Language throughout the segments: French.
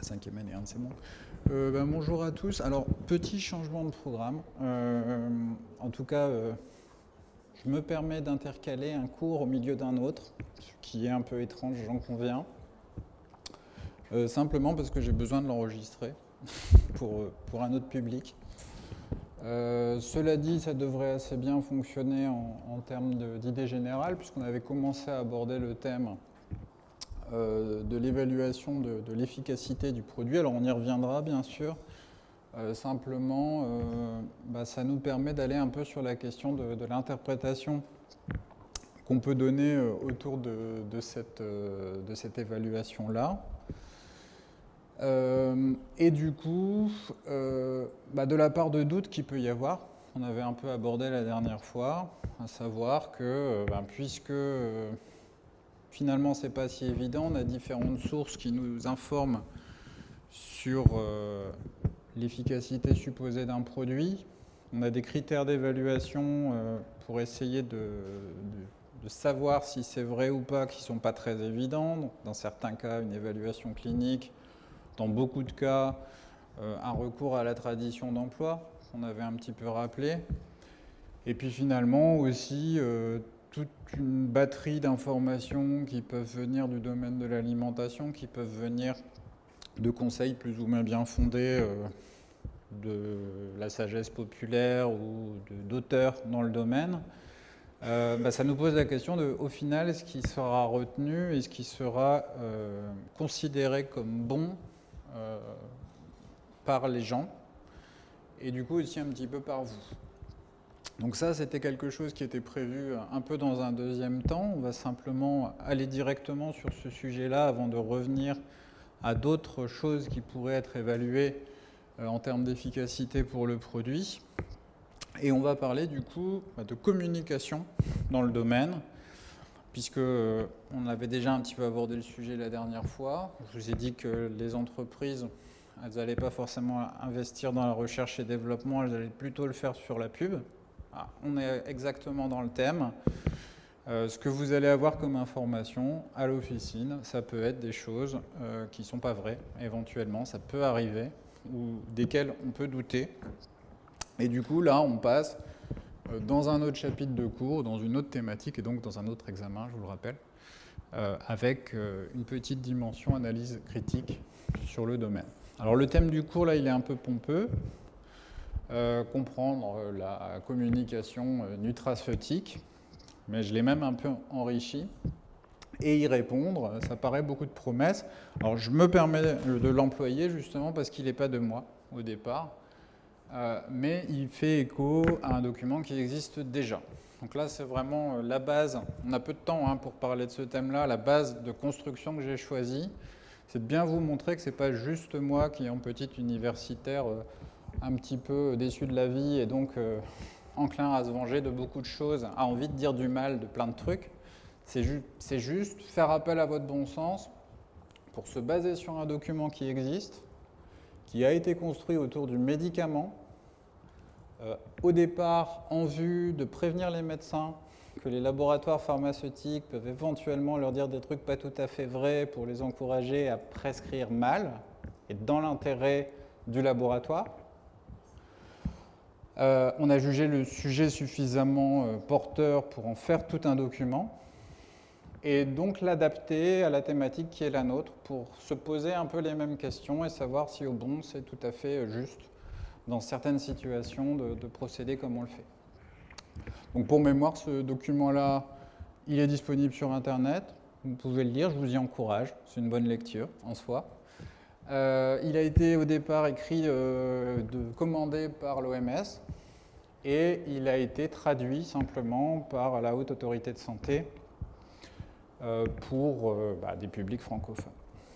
5e année, hein, c'est bon. Bonjour à tous. Alors, petit changement de programme. En tout cas, je me permets d'intercaler un cours au milieu d'un autre, ce qui est un peu étrange, j'en conviens. Simplement parce que j'ai besoin de l'enregistrer pour un autre public. Cela dit, ça devrait assez bien fonctionner en termes d'idées générales, puisqu'on avait commencé à aborder le thème de l'évaluation de l'efficacité du produit. Alors on y reviendra bien sûr. Simplement, ça nous permet d'aller un peu sur la question de l'interprétation qu'on peut donner autour de cette évaluation-là. Et du coup, de la part de doutes qu'il peut y avoir, on avait un peu abordé la dernière fois, à savoir que puisque finalement c'est pas si évident, on a différentes sources qui nous informent sur l'efficacité supposée d'un produit, on a des critères d'évaluation pour essayer de savoir si c'est vrai ou pas qui ne sont pas très évidents. Donc, dans certains cas, une évaluation clinique. Dans beaucoup de cas, un recours à la tradition d'emploi, qu'on avait un petit peu rappelé. Et puis finalement aussi, toute une batterie d'informations qui peuvent venir du domaine de l'alimentation, qui peuvent venir de conseils plus ou moins bien fondés de la sagesse populaire ou d'auteurs dans le domaine. Ça nous pose la question de, au final, ce qui sera retenu et ce qui sera considéré comme bon par les gens et du coup aussi un petit peu par vous. Donc ça, c'était quelque chose qui était prévu un peu dans un deuxième temps. On va simplement aller directement sur ce sujet-là avant de revenir à d'autres choses qui pourraient être évaluées en termes d'efficacité pour le produit. Et on va parler du coup de communication dans le domaine, puisque on avait déjà un petit peu abordé le sujet la dernière fois. Je vous ai dit que les entreprises, elles n'allaient pas forcément investir dans la recherche et développement, elles allaient plutôt le faire sur la pub. On est exactement dans le thème. Ce que vous allez avoir comme information à l'officine, ça peut être des choses qui ne sont pas vraies, éventuellement, ça peut arriver, ou desquelles on peut douter. Et du coup, là, on passe dans un autre chapitre de cours, dans une autre thématique, et donc dans un autre examen, je vous le rappelle, avec une petite dimension analyse critique sur le domaine. Alors le thème du cours, là, il est un peu pompeux. Comprendre la communication nutraceutique, mais je l'ai même un peu enrichi. Et y répondre, ça paraît beaucoup de promesses. Alors je me permets de l'employer justement parce qu'il n'est pas de moi au départ, mais il fait écho à un document qui existe déjà. Donc là, c'est vraiment la base. On a peu de temps pour parler de ce thème-là. La base de construction que j'ai choisie, c'est de bien vous montrer que ce n'est pas juste moi qui, en petit universitaire, un petit peu déçu de la vie et donc enclin à se venger de beaucoup de choses, a envie de dire du mal de plein de trucs. C'est juste faire appel à votre bon sens pour se baser sur un document qui existe, qui a été construit autour du médicament, au départ en vue de prévenir les médecins que les laboratoires pharmaceutiques peuvent éventuellement leur dire des trucs pas tout à fait vrais pour les encourager à prescrire mal, et dans l'intérêt du laboratoire. On a jugé le sujet suffisamment porteur pour en faire tout un document, et donc l'adapter à la thématique qui est la nôtre pour se poser un peu les mêmes questions et savoir si au bon c'est tout à fait juste dans certaines situations de procéder comme on le fait. Donc pour mémoire, ce document-là, il est disponible sur Internet, vous pouvez le lire, je vous y encourage, c'est une bonne lecture en soi. Il a été au départ écrit, commandé par l'OMS et il a été traduit simplement par la Haute Autorité de Santé pour des publics francophones.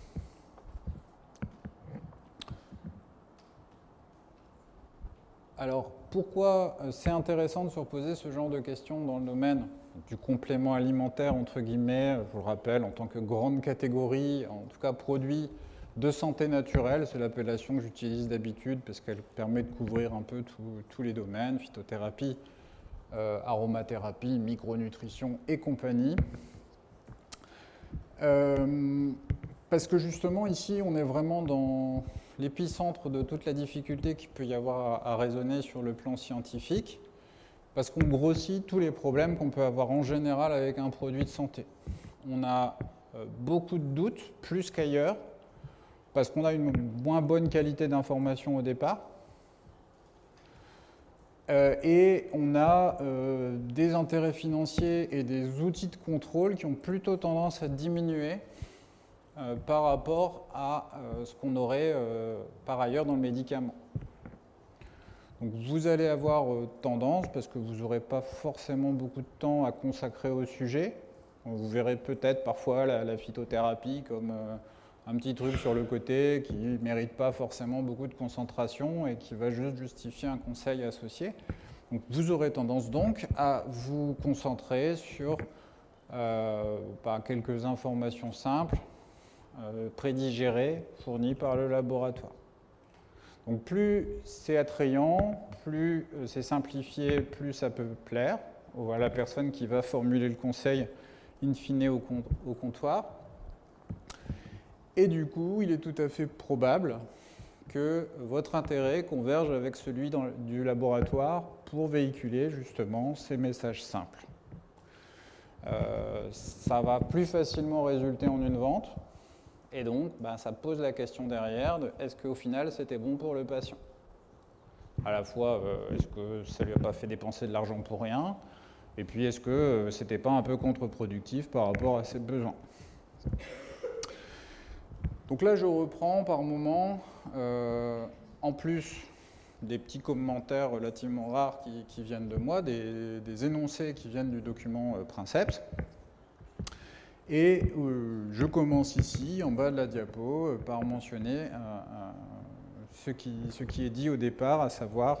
Alors, pourquoi c'est intéressant de se reposer ce genre de questions dans le domaine du complément alimentaire, entre guillemets, je vous le rappelle, en tant que grande catégorie, en tout cas produit de santé naturelle, c'est l'appellation que j'utilise d'habitude parce qu'elle permet de couvrir un peu tous les domaines, phytothérapie, aromathérapie, micronutrition et compagnie. Parce que justement, ici, on est vraiment dans l'épicentre de toute la difficulté qu'il peut y avoir à raisonner sur le plan scientifique, parce qu'on grossit tous les problèmes qu'on peut avoir en général avec un produit de santé. On a beaucoup de doutes, plus qu'ailleurs, parce qu'on a une moins bonne qualité d'information au départ, et on a des intérêts financiers et des outils de contrôle qui ont plutôt tendance à diminuer par rapport à ce qu'on aurait par ailleurs dans le médicament. Donc vous allez avoir tendance, parce que vous n'aurez pas forcément beaucoup de temps à consacrer au sujet, vous verrez peut-être parfois la phytothérapie comme un petit truc sur le côté qui ne mérite pas forcément beaucoup de concentration et qui va juste justifier un conseil associé. Donc vous aurez tendance donc à vous concentrer sur quelques informations simples, prédigérées, fournies par le laboratoire. Donc plus c'est attrayant, plus c'est simplifié, plus ça peut plaire à la personne qui va formuler le conseil in fine au comptoir. Et du coup, il est tout à fait probable que votre intérêt converge avec celui du laboratoire pour véhiculer justement ces messages simples. Ça va plus facilement résulter en une vente, et donc ça pose la question derrière de est-ce qu'au final c'était bon pour le patient? À la fois, est-ce que ça ne lui a pas fait dépenser de l'argent pour rien? Et puis, est-ce que c'était pas un peu contre-productif par rapport à ses besoins? Donc là, je reprends par moment, en plus des petits commentaires relativement rares qui viennent de moi, des énoncés qui viennent du document Princeps. Et je commence ici, en bas de la diapo, par mentionner ce qui est dit au départ, à savoir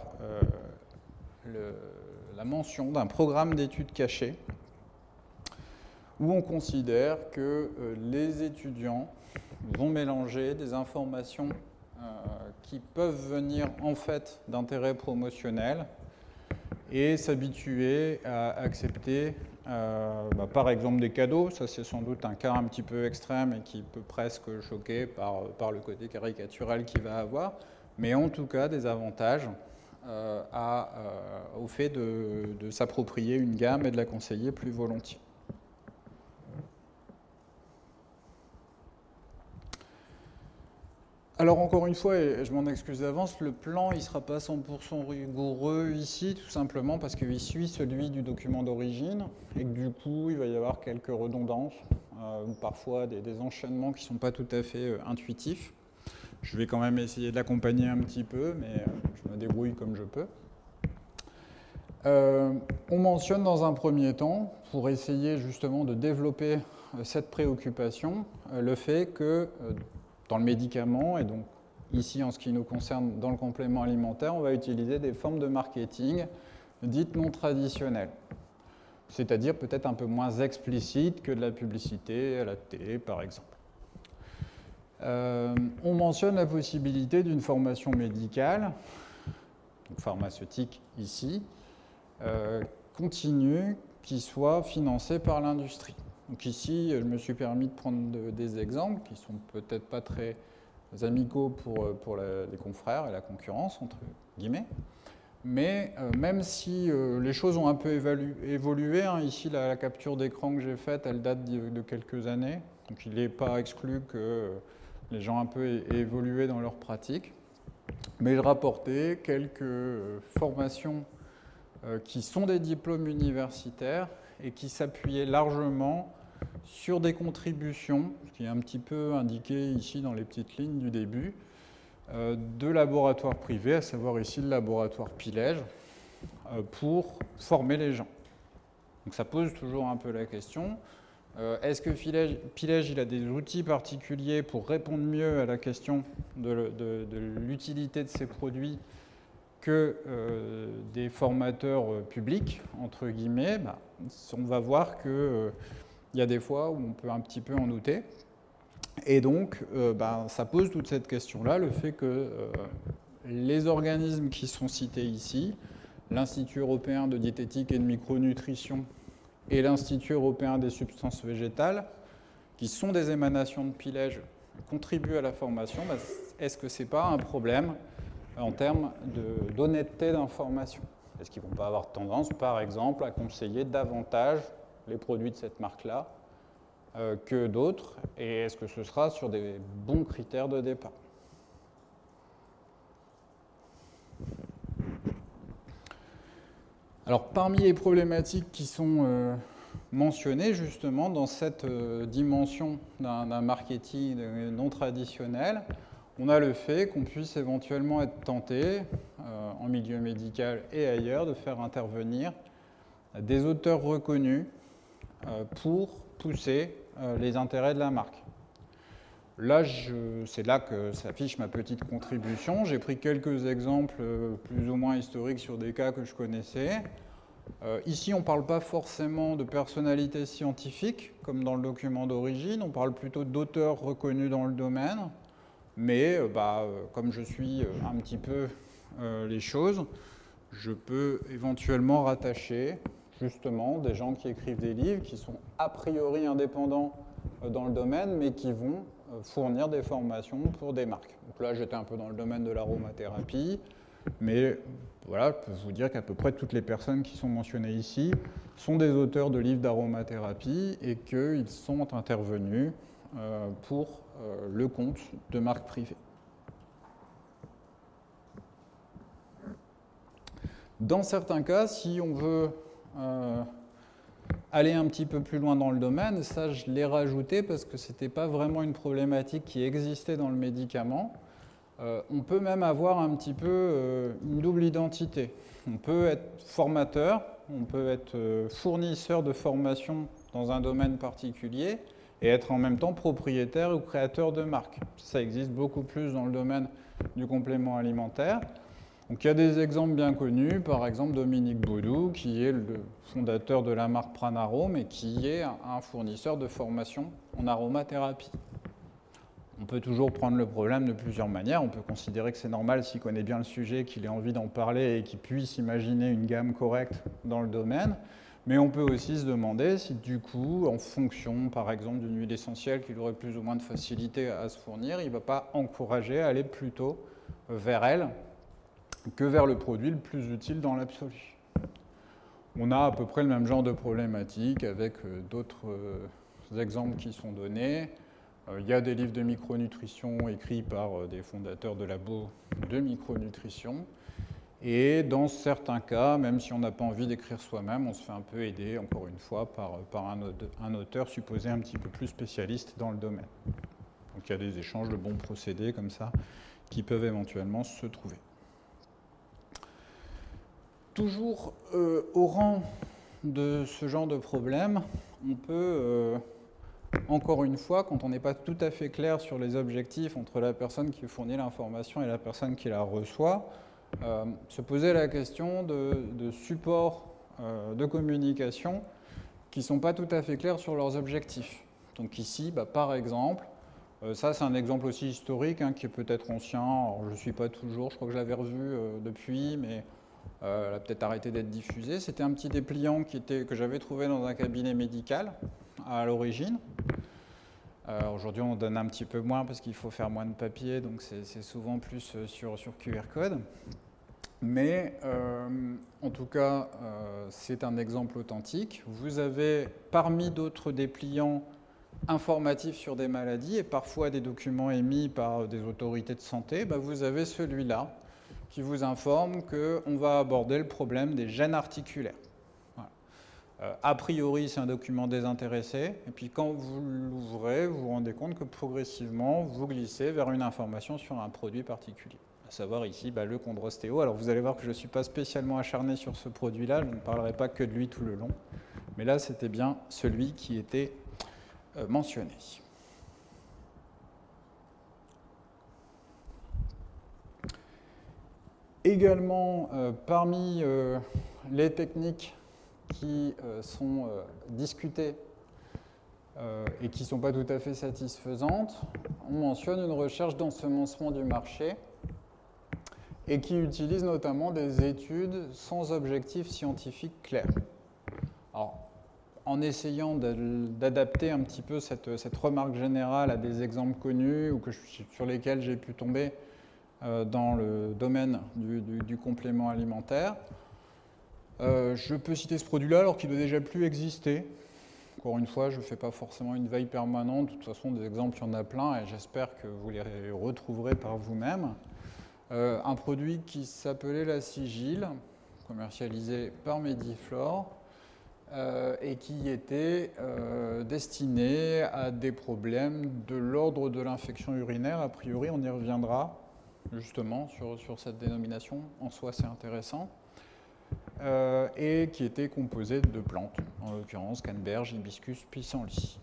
la mention d'un programme d'études cachées, où on considère que les étudiants vont mélanger des informations qui peuvent venir en fait d'intérêts promotionnels et s'habituer à accepter par exemple des cadeaux. Ça c'est sans doute un cas un petit peu extrême et qui peut presque choquer par le côté caricatural qu'il va avoir, mais en tout cas des avantages au fait de s'approprier une gamme et de la conseiller plus volontiers. Alors encore une fois, et je m'en excuse d'avance, le plan il ne sera pas 100% rigoureux ici, tout simplement parce qu'il suit celui du document d'origine et que du coup il va y avoir quelques redondances, ou parfois des enchaînements qui ne sont pas tout à fait intuitifs. Je vais quand même essayer de l'accompagner un petit peu, mais je me débrouille comme je peux. On mentionne dans un premier temps, pour essayer justement de développer cette préoccupation, le fait que dans le médicament, et donc ici en ce qui nous concerne dans le complément alimentaire, on va utiliser des formes de marketing dites non traditionnelles, c'est-à-dire peut-être un peu moins explicites que de la publicité à la télé par exemple. On mentionne la possibilité d'une formation médicale, donc pharmaceutique ici, continue, qui soit financée par l'industrie. Donc ici, je me suis permis de prendre des exemples qui ne sont peut-être pas très amicaux pour les confrères et la concurrence, entre guillemets. Mais même si les choses ont un peu évolué, ici la capture d'écran que j'ai faite, elle date de quelques années, donc il n'est pas exclu que les gens un peu aient évolué dans leur pratique. Mais je rapportais quelques formations qui sont des diplômes universitaires et qui s'appuyaient largement sur des contributions, ce qui est un petit peu indiqué ici dans les petites lignes du début, de laboratoires privés, à savoir ici le laboratoire Pilège, pour former les gens. Donc ça pose toujours un peu la question, est-ce que Pilège il a des outils particuliers pour répondre mieux à la question de l'utilité de ces produits que des formateurs publics, entre guillemets? On va voir qu'il y a des fois où on peut un petit peu en douter. Et donc, ça pose toute cette question-là, le fait que les organismes qui sont cités ici, l'Institut européen de diététique et de micronutrition et l'Institut européen des substances végétales, qui sont des émanations de Pilège contribuent à la formation, est-ce que ce n'est pas un problème en termes d'honnêteté d'information? Est-ce qu'ils ne vont pas avoir tendance, par exemple, à conseiller davantage les produits de cette marque-là que d'autres? Et est-ce que ce sera sur des bons critères de départ? Alors, parmi les problématiques qui sont mentionnées justement dans cette dimension d'un marketing non traditionnel, on a le fait qu'on puisse éventuellement être tenté, en milieu médical et ailleurs, de faire intervenir des auteurs reconnus pour pousser les intérêts de la marque. Là, c'est là que s'affiche ma petite contribution. J'ai pris quelques exemples plus ou moins historiques sur des cas que je connaissais. Ici, on ne parle pas forcément de personnalités scientifiques, comme dans le document d'origine. On parle plutôt d'auteurs reconnus dans le domaine. Mais comme je suis un petit peu les choses, je peux éventuellement rattacher justement des gens qui écrivent des livres, qui sont a priori indépendants dans le domaine, mais qui vont fournir des formations pour des marques. Donc là, j'étais un peu dans le domaine de l'aromathérapie, mais voilà, je peux vous dire qu'à peu près toutes les personnes qui sont mentionnées ici sont des auteurs de livres d'aromathérapie et qu'ils sont intervenus pour le compte de marques privées. Dans certains cas, si on veut aller un petit peu plus loin dans le domaine, ça je l'ai rajouté parce que ce n'était pas vraiment une problématique qui existait dans le médicament, on peut même avoir un petit peu une double identité. On peut être formateur, on peut être fournisseur de formation dans un domaine particulier et être en même temps propriétaire ou créateur de marque. Ça existe beaucoup plus dans le domaine du complément alimentaire. Donc il y a des exemples bien connus, par exemple Dominique Baudou, qui est le fondateur de la marque Pranarome et qui est un fournisseur de formation en aromathérapie. On peut toujours prendre le problème de plusieurs manières. On peut considérer que c'est normal s'il connaît bien le sujet, qu'il ait envie d'en parler et qu'il puisse imaginer une gamme correcte dans le domaine. Mais on peut aussi se demander si du coup, en fonction par exemple d'une huile essentielle qu'il aurait plus ou moins de facilité à se fournir, il ne va pas encourager à aller plutôt vers elle que vers le produit le plus utile dans l'absolu. On a à peu près le même genre de problématique avec d'autres exemples qui sont donnés. Il y a des livres de micronutrition écrits par des fondateurs de labos de micronutrition. Et dans certains cas, même si on n'a pas envie d'écrire soi-même, on se fait un peu aider, encore une fois, par un auteur supposé un petit peu plus spécialiste dans le domaine. Donc il y a des échanges de bons procédés comme ça qui peuvent éventuellement se trouver. Toujours au rang de ce genre de problème, on peut, encore une fois, quand on n'est pas tout à fait clair sur les objectifs entre la personne qui fournit l'information et la personne qui la reçoit, se poser la question de supports de communication qui ne sont pas tout à fait clairs sur leurs objectifs. Donc ici, par exemple, ça c'est un exemple aussi historique qui est peut-être ancien, alors je ne suis pas toujours, je crois que je l'avais revu depuis, mais elle a peut-être arrêté d'être diffusée. C'était un petit dépliant que j'avais trouvé dans un cabinet médical à l'origine. Aujourd'hui, on donne un petit peu moins parce qu'il faut faire moins de papier, donc c'est souvent plus sur QR code. Mais en tout cas, c'est un exemple authentique. Vous avez parmi d'autres dépliants informatifs sur des maladies et parfois des documents émis par des autorités de santé, vous avez celui-là qui vous informe qu'on va aborder le problème des gènes articulaires. Voilà. A priori, c'est un document désintéressé, et puis quand vous l'ouvrez, vous vous rendez compte que progressivement, vous glissez vers une information sur un produit particulier. À savoir ici, le Chondrostéo. Alors vous allez voir que je ne suis pas spécialement acharné sur ce produit-là, je ne parlerai pas que de lui tout le long, mais là, c'était bien celui qui était mentionné. Également, parmi les techniques qui sont discutées et qui ne sont pas tout à fait satisfaisantes, on mentionne une recherche d'ensemencement du marché et qui utilise notamment des études sans objectif scientifique clair. Alors, en essayant d'adapter un petit peu cette remarque générale à des exemples connus ou sur lesquels j'ai pu tomber dans le domaine du complément alimentaire. Je peux citer ce produit-là alors qu'il ne doit déjà plus exister. Encore une fois, je ne fais pas forcément une veille permanente. De toute façon, des exemples, il y en a plein et j'espère que vous les retrouverez par vous-même. Un produit qui s'appelait la Sigil, commercialisé par Mediflore, et qui était destiné à des problèmes de l'ordre de l'infection urinaire. A priori, on y reviendra justement sur cette dénomination. En soi, c'est intéressant. Et qui était composé de plantes, en l'occurrence canneberge, hibiscus, pissenlit.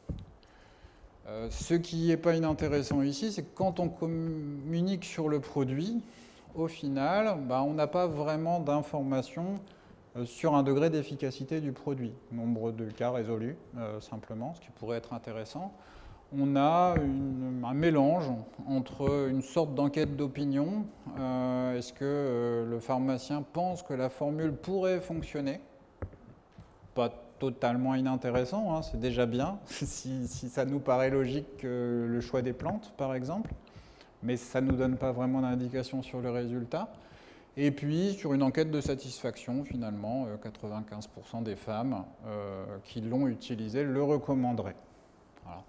Ce qui n'est pas inintéressant ici, c'est que quand on communique sur le produit, au final, on n'a pas vraiment d'informations sur un degré d'efficacité du produit. Nombre de cas résolus, simplement, ce qui pourrait être intéressant. On a un mélange entre une sorte d'enquête d'opinion. Est-ce que le pharmacien pense que la formule pourrait fonctionner? Pas totalement inintéressant, hein, c'est déjà bien, si ça nous paraît logique que le choix des plantes, par exemple, mais ça ne nous donne pas vraiment d'indication sur le résultat. Et puis, sur une enquête de satisfaction, finalement, 95% des femmes qui l'ont utilisé le recommanderaient. Voilà.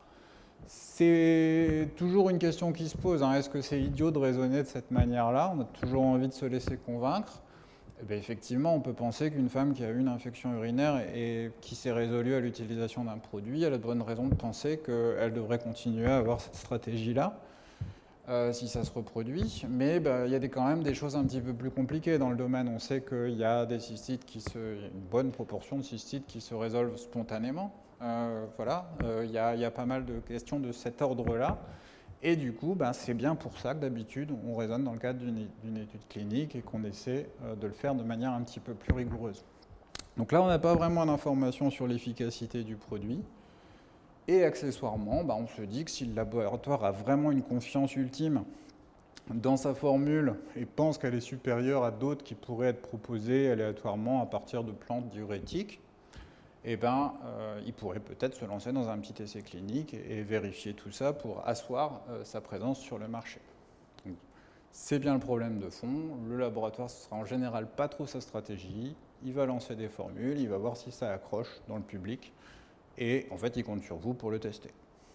C'est toujours une question qui se pose, hein. Est-ce que c'est idiot de raisonner de cette manière-là? On a toujours envie de se laisser convaincre. Eh bien, effectivement, on peut penser qu'une femme qui a eu une infection urinaire et qui s'est résolue à l'utilisation d'un produit, elle a de bonnes raisons de penser qu'elle devrait continuer à avoir cette stratégie-là, si ça se reproduit. Mais il y a quand même des choses un petit peu plus compliquées dans le domaine. On sait qu'il y a des cystites une bonne proportion de cystites qui se résolvent spontanément. Voilà, il y a pas mal de questions de cet ordre-là. Et du coup, c'est bien pour ça que d'habitude, on raisonne dans le cadre d'une étude clinique et qu'on essaie de le faire de manière un petit peu plus rigoureuse. Donc là, on n'a pas vraiment d'informations sur l'efficacité du produit. Et accessoirement, on se dit que si le laboratoire a vraiment une confiance ultime dans sa formule et pense qu'elle est supérieure à d'autres qui pourraient être proposées aléatoirement à partir de plantes diurétiques, il pourrait peut-être se lancer dans un petit essai clinique et vérifier tout ça pour asseoir sa présence sur le marché. C'est bien le problème de fond. Le laboratoire, ce sera en général pas trop sa stratégie. Il va lancer des formules, il va voir si ça accroche dans le public. Et en fait, il compte sur vous pour le tester.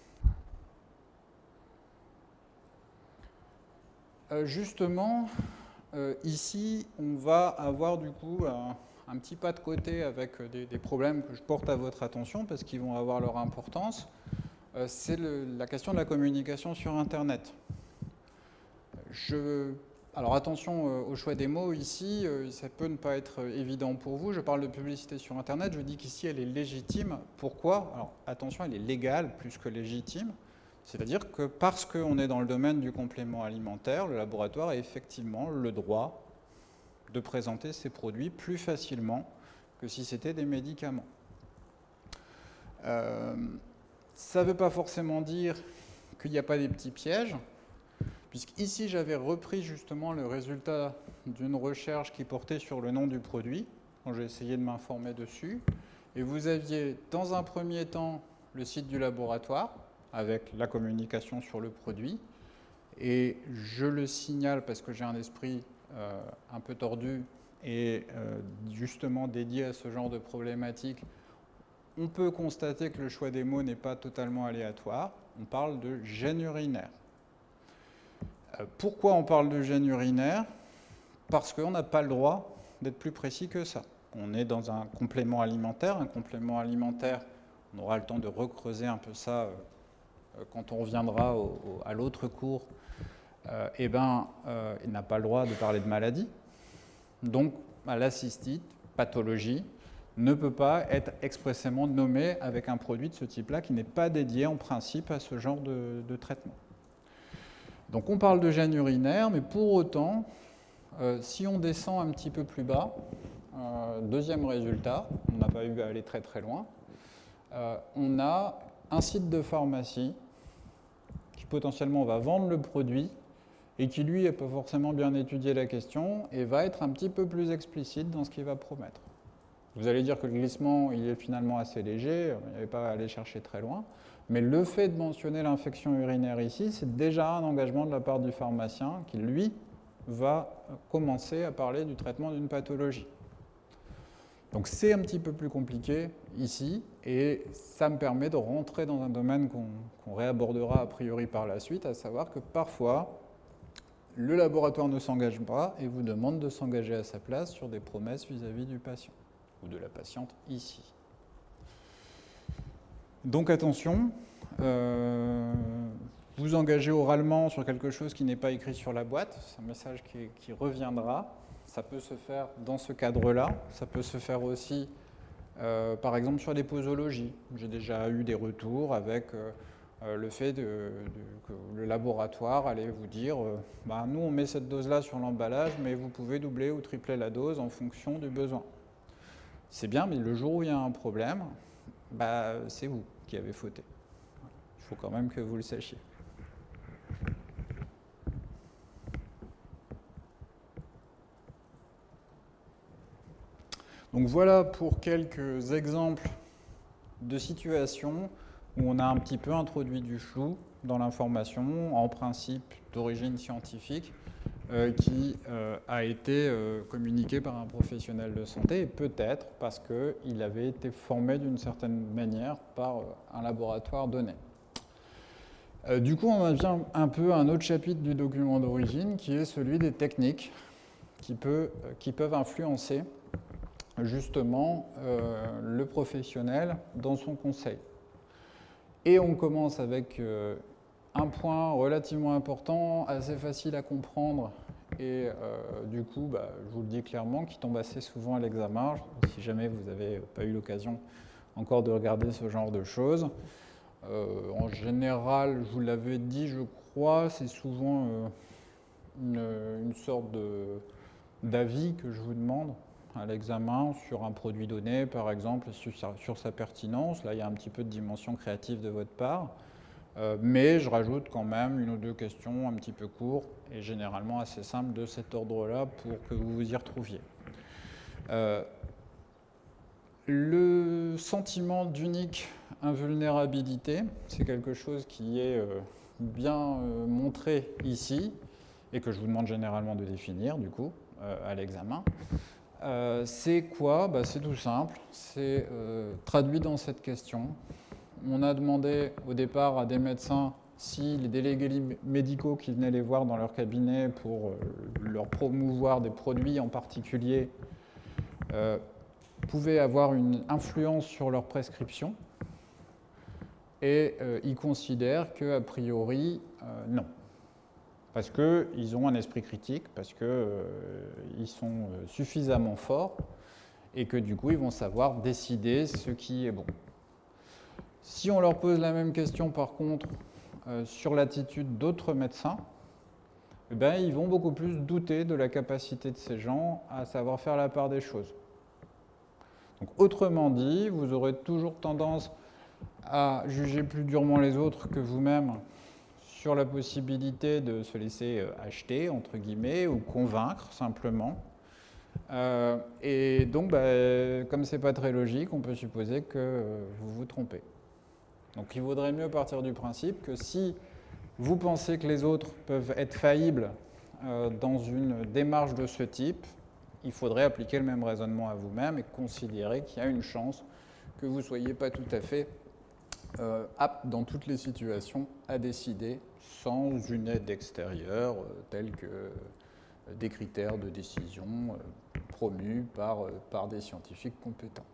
Justement, ici, on va avoir du coup un petit pas de côté avec des problèmes que je porte à votre attention parce qu'ils vont avoir leur importance. C'est la question de la communication sur Internet. Alors attention au choix des mots ici, ça peut ne pas être évident pour vous. Je parle de publicité sur Internet, je dis qu'ici elle est légitime. Pourquoi? Alors attention, elle est légale plus que légitime. C'est-à-dire que parce qu'on est dans le domaine du complément alimentaire, le laboratoire a effectivement le droit de présenter ses produits plus facilement que si c'était des médicaments. Ça ne veut pas forcément dire qu'il n'y a pas des petits pièges, puisqu'ici j'avais repris justement le résultat d'une recherche qui portait sur le nom du produit, quand j'ai essayé de m'informer dessus, et vous aviez dans un premier temps le site du laboratoire, avec la communication sur le produit, et je le signale parce que j'ai un esprit un peu tordu et justement dédié à ce genre de problématiques. On peut constater que le choix des mots n'est pas totalement aléatoire. On parle de gène urinaire. Pourquoi on parle de gène urinaire? Parce qu'on n'a pas le droit d'être plus précis que ça. On est dans un complément alimentaire. Un complément alimentaire, on aura le temps de recreuser un peu ça quand on reviendra à l'autre cours. Il n'a pas le droit de parler de maladie. Donc, la cystite, pathologie, ne peut pas être expressément nommée avec un produit de ce type-là qui n'est pas dédié en principe à ce genre de traitement. Donc on parle de gène urinaire, mais pour autant, si on descend un petit peu plus bas, deuxième résultat, on n'a pas eu à aller très très loin, on a un site de pharmacie qui potentiellement va vendre le produit et qui lui n'a pas forcément bien étudié la question et va être un petit peu plus explicite dans ce qu'il va promettre. Vous allez dire que le glissement, il est finalement assez léger, il n'y avait pas à aller chercher très loin. Mais le fait de mentionner l'infection urinaire ici, c'est déjà un engagement de la part du pharmacien qui, lui, va commencer à parler du traitement d'une pathologie. Donc c'est un petit peu plus compliqué ici, et ça me permet de rentrer dans un domaine qu'on réabordera a priori par la suite, à savoir que parfois, le laboratoire ne s'engage pas et vous demande de s'engager à sa place sur des promesses vis-à-vis du patient, ou de la patiente ici. Donc attention, vous engagez oralement sur quelque chose qui n'est pas écrit sur la boîte, c'est un message qui reviendra. Ça peut se faire dans ce cadre-là, ça peut se faire aussi, par exemple, sur des posologies. J'ai déjà eu des retours avec le fait que le laboratoire allait vous dire nous, on met cette dose-là sur l'emballage, mais vous pouvez doubler ou tripler la dose en fonction du besoin. C'est bien, mais le jour où il y a un problème, c'est vous qui avez fauté. Il faut quand même que vous le sachiez. Donc voilà pour quelques exemples de situations où on a un petit peu introduit du flou dans l'information, en principe d'origine scientifique, qui a été communiqué par un professionnel de santé, et peut-être parce qu'il avait été formé d'une certaine manière par un laboratoire donné. Du coup, on en vient un peu à un autre chapitre du document d'origine, qui est celui des techniques qui peuvent influencer justement le professionnel dans son conseil. Et on commence avec un point relativement important, assez facile à comprendre, et du coup, je vous le dis clairement, qui tombe assez souvent à l'examen, si jamais vous n'avez pas eu l'occasion encore de regarder ce genre de choses. En général, je vous l'avais dit, je crois, c'est souvent une sorte d'avis que je vous demande à l'examen sur un produit donné, par exemple, sur sa pertinence. Là, il y a un petit peu de dimension créative de votre part, mais je rajoute quand même une ou deux questions un petit peu courtes et généralement assez simples de cet ordre-là pour que vous vous y retrouviez. Le sentiment d'unique invulnérabilité, c'est quelque chose qui est bien montré ici et que je vous demande généralement de définir, du coup, à l'examen. C'est quoi ? C'est tout simple, c'est traduit dans cette question. On a demandé au départ à des médecins si les délégués médicaux qui venaient les voir dans leur cabinet pour leur promouvoir des produits en particulier pouvaient avoir une influence sur leur prescription, et ils considèrent qu'a priori, non. Parce qu'ils ont un esprit critique, parce qu'ils sont suffisamment forts, et que du coup, ils vont savoir décider ce qui est bon. Si on leur pose la même question, par contre, sur l'attitude d'autres médecins, ils vont beaucoup plus douter de la capacité de ces gens à savoir faire la part des choses. Donc, autrement dit, vous aurez toujours tendance à juger plus durement les autres que vous-même sur la possibilité de se laisser acheter, entre guillemets, ou convaincre simplement. Et donc, comme ce n'est pas très logique, on peut supposer que vous vous trompez. Donc il vaudrait mieux partir du principe que si vous pensez que les autres peuvent être faillibles dans une démarche de ce type, il faudrait appliquer le même raisonnement à vous-même et considérer qu'il y a une chance que vous ne soyez pas tout à fait apte dans toutes les situations à décider sans une aide extérieure telle que des critères de décision promus par des scientifiques compétents.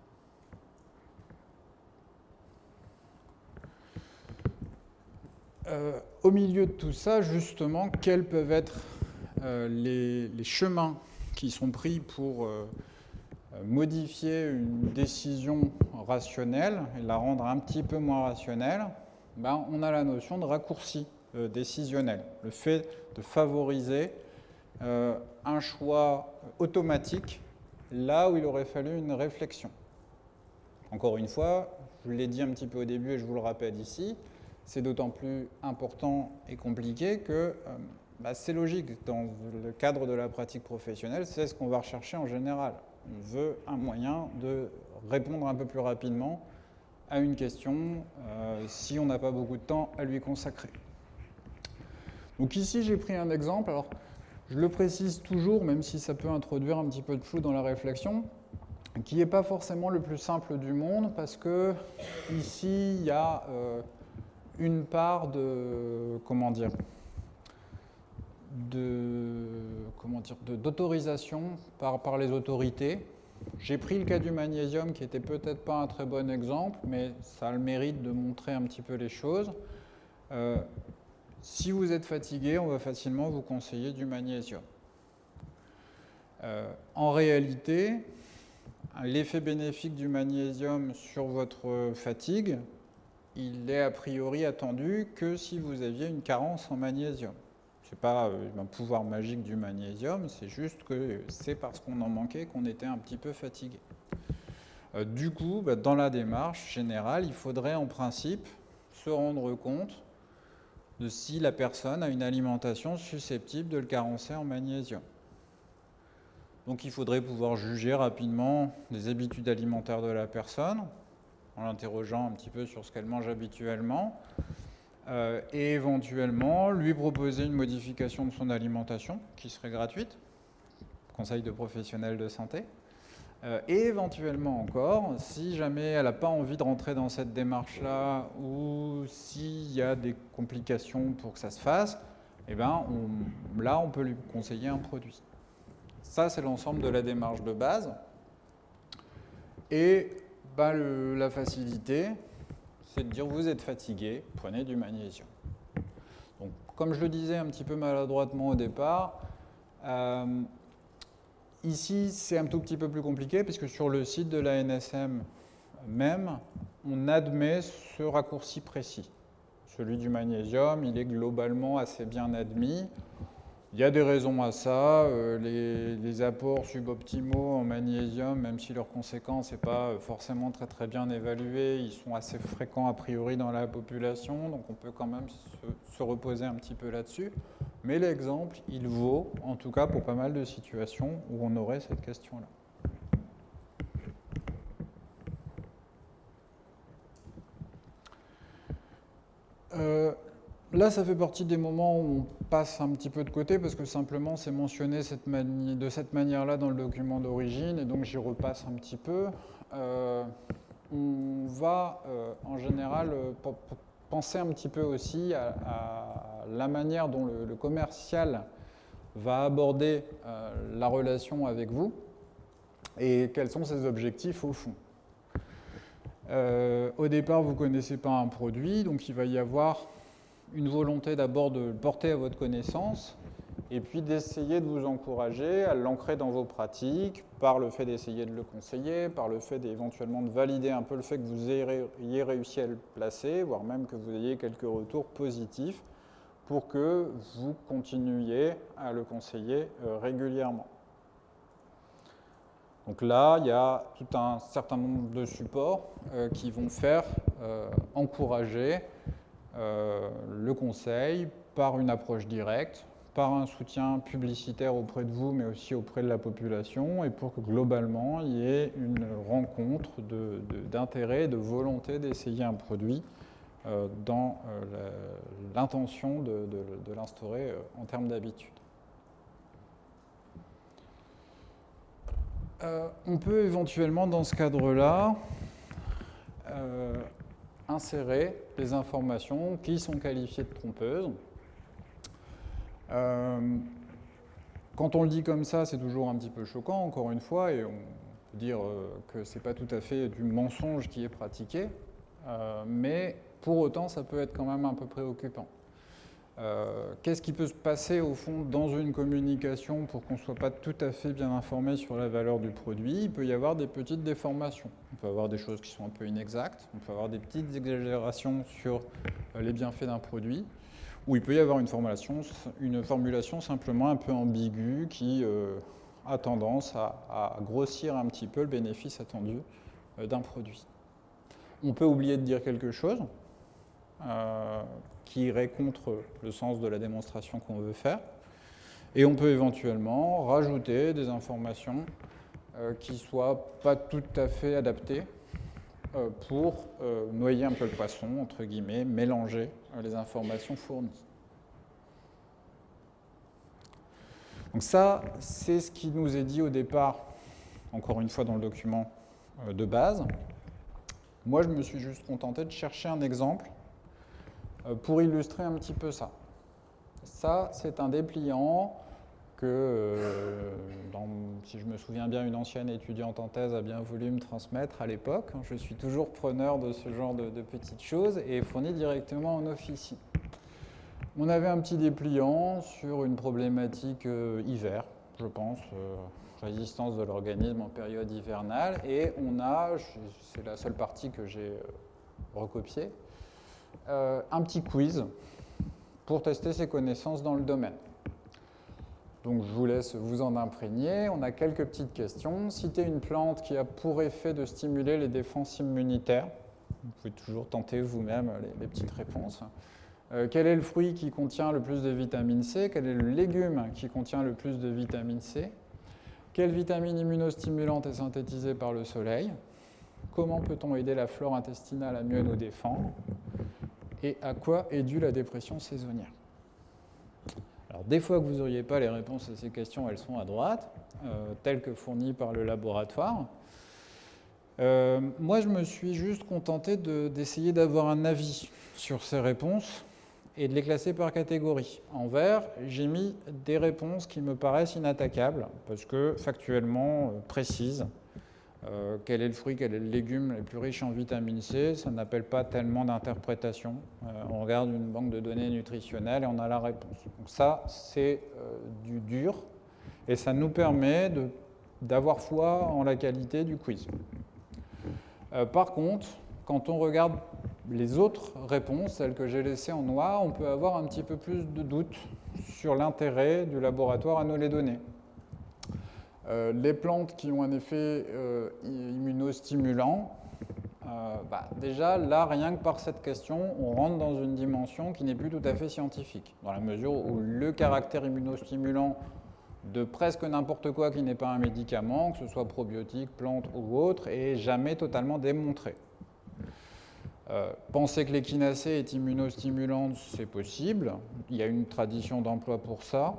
Au milieu de tout ça, justement, quels peuvent être les chemins qui sont pris pour modifier une décision rationnelle et la rendre un petit peu moins rationnelle? On a la notion de raccourci décisionnel, le fait de favoriser un choix automatique là où il aurait fallu une réflexion. Encore une fois, je l'ai dit un petit peu au début et je vous le rappelle ici, c'est d'autant plus important et compliqué que c'est logique. Dans le cadre de la pratique professionnelle, c'est ce qu'on va rechercher en général. On veut un moyen de répondre un peu plus rapidement à une question si on n'a pas beaucoup de temps à lui consacrer. Donc ici, j'ai pris un exemple. Alors, je le précise toujours, même si ça peut introduire un petit peu de flou dans la réflexion, qui n'est pas forcément le plus simple du monde, parce que ici, il y a une part d'autorisation par les autorités. J'ai pris le cas du magnésium, qui n'était peut-être pas un très bon exemple, mais ça a le mérite de montrer un petit peu les choses. Si vous êtes fatigué, on va facilement vous conseiller du magnésium. En réalité, l'effet bénéfique du magnésium sur votre fatigue, il est a priori attendu que si vous aviez une carence en magnésium. Ce n'est pas un pouvoir magique du magnésium, c'est juste que c'est parce qu'on en manquait qu'on était un petit peu fatigué. Du coup, dans la démarche générale, il faudrait en principe se rendre compte de si la personne a une alimentation susceptible de le carencer en magnésium. Donc il faudrait pouvoir juger rapidement des habitudes alimentaires de la personne, en l'interrogeant un petit peu sur ce qu'elle mange habituellement, et éventuellement lui proposer une modification de son alimentation qui serait gratuite, conseil de professionnels de santé, et éventuellement encore, si jamais elle n'a pas envie de rentrer dans cette démarche-là ou s'il y a des complications pour que ça se fasse, eh ben là on peut lui conseiller un produit. Ça c'est l'ensemble de la démarche de base. Et la facilité, c'est de dire vous êtes fatigué, prenez du magnésium. Donc, comme je le disais un petit peu maladroitement au départ, ici c'est un tout petit peu plus compliqué puisque sur le site de la NSM même, on admet ce raccourci précis. Celui du magnésium, il est globalement assez bien admis. Il y a des raisons à ça, les apports suboptimaux en magnésium, même si leurs conséquences n'est pas forcément très très bien évaluées, ils sont assez fréquents a priori dans la population, donc on peut quand même se reposer un petit peu là-dessus. Mais l'exemple, il vaut, en tout cas pour pas mal de situations où on aurait cette question-là. Là, ça fait partie des moments où on passe un petit peu de côté parce que simplement c'est mentionné de cette manière-là dans le document d'origine et donc j'y repasse un petit peu. On va en général penser un petit peu aussi à la manière dont le commercial va aborder la relation avec vous et quels sont ses objectifs au fond. Au départ, vous ne connaissez pas un produit, donc il va y avoir une volonté d'abord de le porter à votre connaissance et puis d'essayer de vous encourager à l'ancrer dans vos pratiques par le fait d'essayer de le conseiller, par le fait d'éventuellement de valider un peu le fait que vous ayez réussi à le placer, voire même que vous ayez quelques retours positifs pour que vous continuiez à le conseiller régulièrement. Donc là, il y a tout un certain nombre de supports qui vont faire encourager le conseil par une approche directe, par un soutien publicitaire auprès de vous, mais aussi auprès de la population, et pour que globalement, il y ait une rencontre d'intérêt, de volonté d'essayer un produit dans l'intention de l'instaurer en termes d'habitude. On peut éventuellement, dans ce cadre-là, insérer des informations qui sont qualifiées de trompeuses. Quand on le dit comme ça, c'est toujours un petit peu choquant, encore une fois, et on peut dire que ce n'est pas tout à fait du mensonge qui est pratiqué, mais pour autant, ça peut être quand même un peu préoccupant. Qu'est-ce qui peut se passer au fond dans une communication pour qu'on ne soit pas tout à fait bien informé sur la valeur du produit? Il peut y avoir des petites déformations. On peut avoir des choses qui sont un peu inexactes, on peut avoir des petites exagérations sur les bienfaits d'un produit, ou il peut y avoir une formulation simplement un peu ambiguë qui a tendance à grossir un petit peu le bénéfice attendu d'un produit. On peut oublier de dire quelque chose qui irait contre le sens de la démonstration qu'on veut faire. Et on peut éventuellement rajouter des informations qui ne soit pas tout à fait adapté pour noyer un peu le poisson, entre guillemets, mélanger les informations fournies. Donc ça, c'est ce qui nous est dit au départ, encore une fois dans le document de base. Moi, je me suis juste contenté de chercher un exemple pour illustrer un petit peu ça. Ça, c'est un dépliant que, si je me souviens bien, une ancienne étudiante en thèse a bien voulu me transmettre à l'époque. Je suis toujours preneur de ce genre de petites choses et fourni directement en officine. On avait un petit dépliant sur une problématique hiver, je pense, résistance de l'organisme en période hivernale, et on a, c'est la seule partie que j'ai recopiée, un petit quiz pour tester ses connaissances dans le domaine. Donc je vous laisse vous en imprégner. On a quelques petites questions. Citez une plante qui a pour effet de stimuler les défenses immunitaires. Vous pouvez toujours tenter vous-même les petites réponses. Quel est le fruit qui contient le plus de vitamine C? Quel est le légume qui contient le plus de vitamine C? Quelle vitamine immunostimulante est synthétisée par le soleil? Comment peut-on aider la flore intestinale à mieux nous défendre? Et à quoi est due la dépression saisonnière? Alors, des fois que vous n'auriez pas les réponses à ces questions, elles sont à droite, telles que fournies par le laboratoire. Moi, je me suis juste contenté d'essayer d'avoir un avis sur ces réponses et de les classer par catégorie. En vert, j'ai mis des réponses qui me paraissent inattaquables, parce que factuellement précises. Quel est le fruit, quel est le légume le plus riche en vitamine C? Ça n'appelle pas tellement d'interprétation. On regarde une banque de données nutritionnelles et on a la réponse. Donc ça, c'est du dur, et ça nous permet d'avoir foi en la qualité du quiz. Par contre, quand on regarde les autres réponses, celles que j'ai laissées en noir, on peut avoir un petit peu plus de doute sur l'intérêt du laboratoire à nous les donner. Les plantes qui ont un effet immunostimulant, déjà là, rien que par cette question, on rentre dans une dimension qui n'est plus tout à fait scientifique, dans la mesure où le caractère immunostimulant de presque n'importe quoi qui n'est pas un médicament, que ce soit probiotique, plante ou autre, est jamais totalement démontré. Penser que l'échinacée est immunostimulante, c'est possible. Il y a une tradition d'emploi pour ça.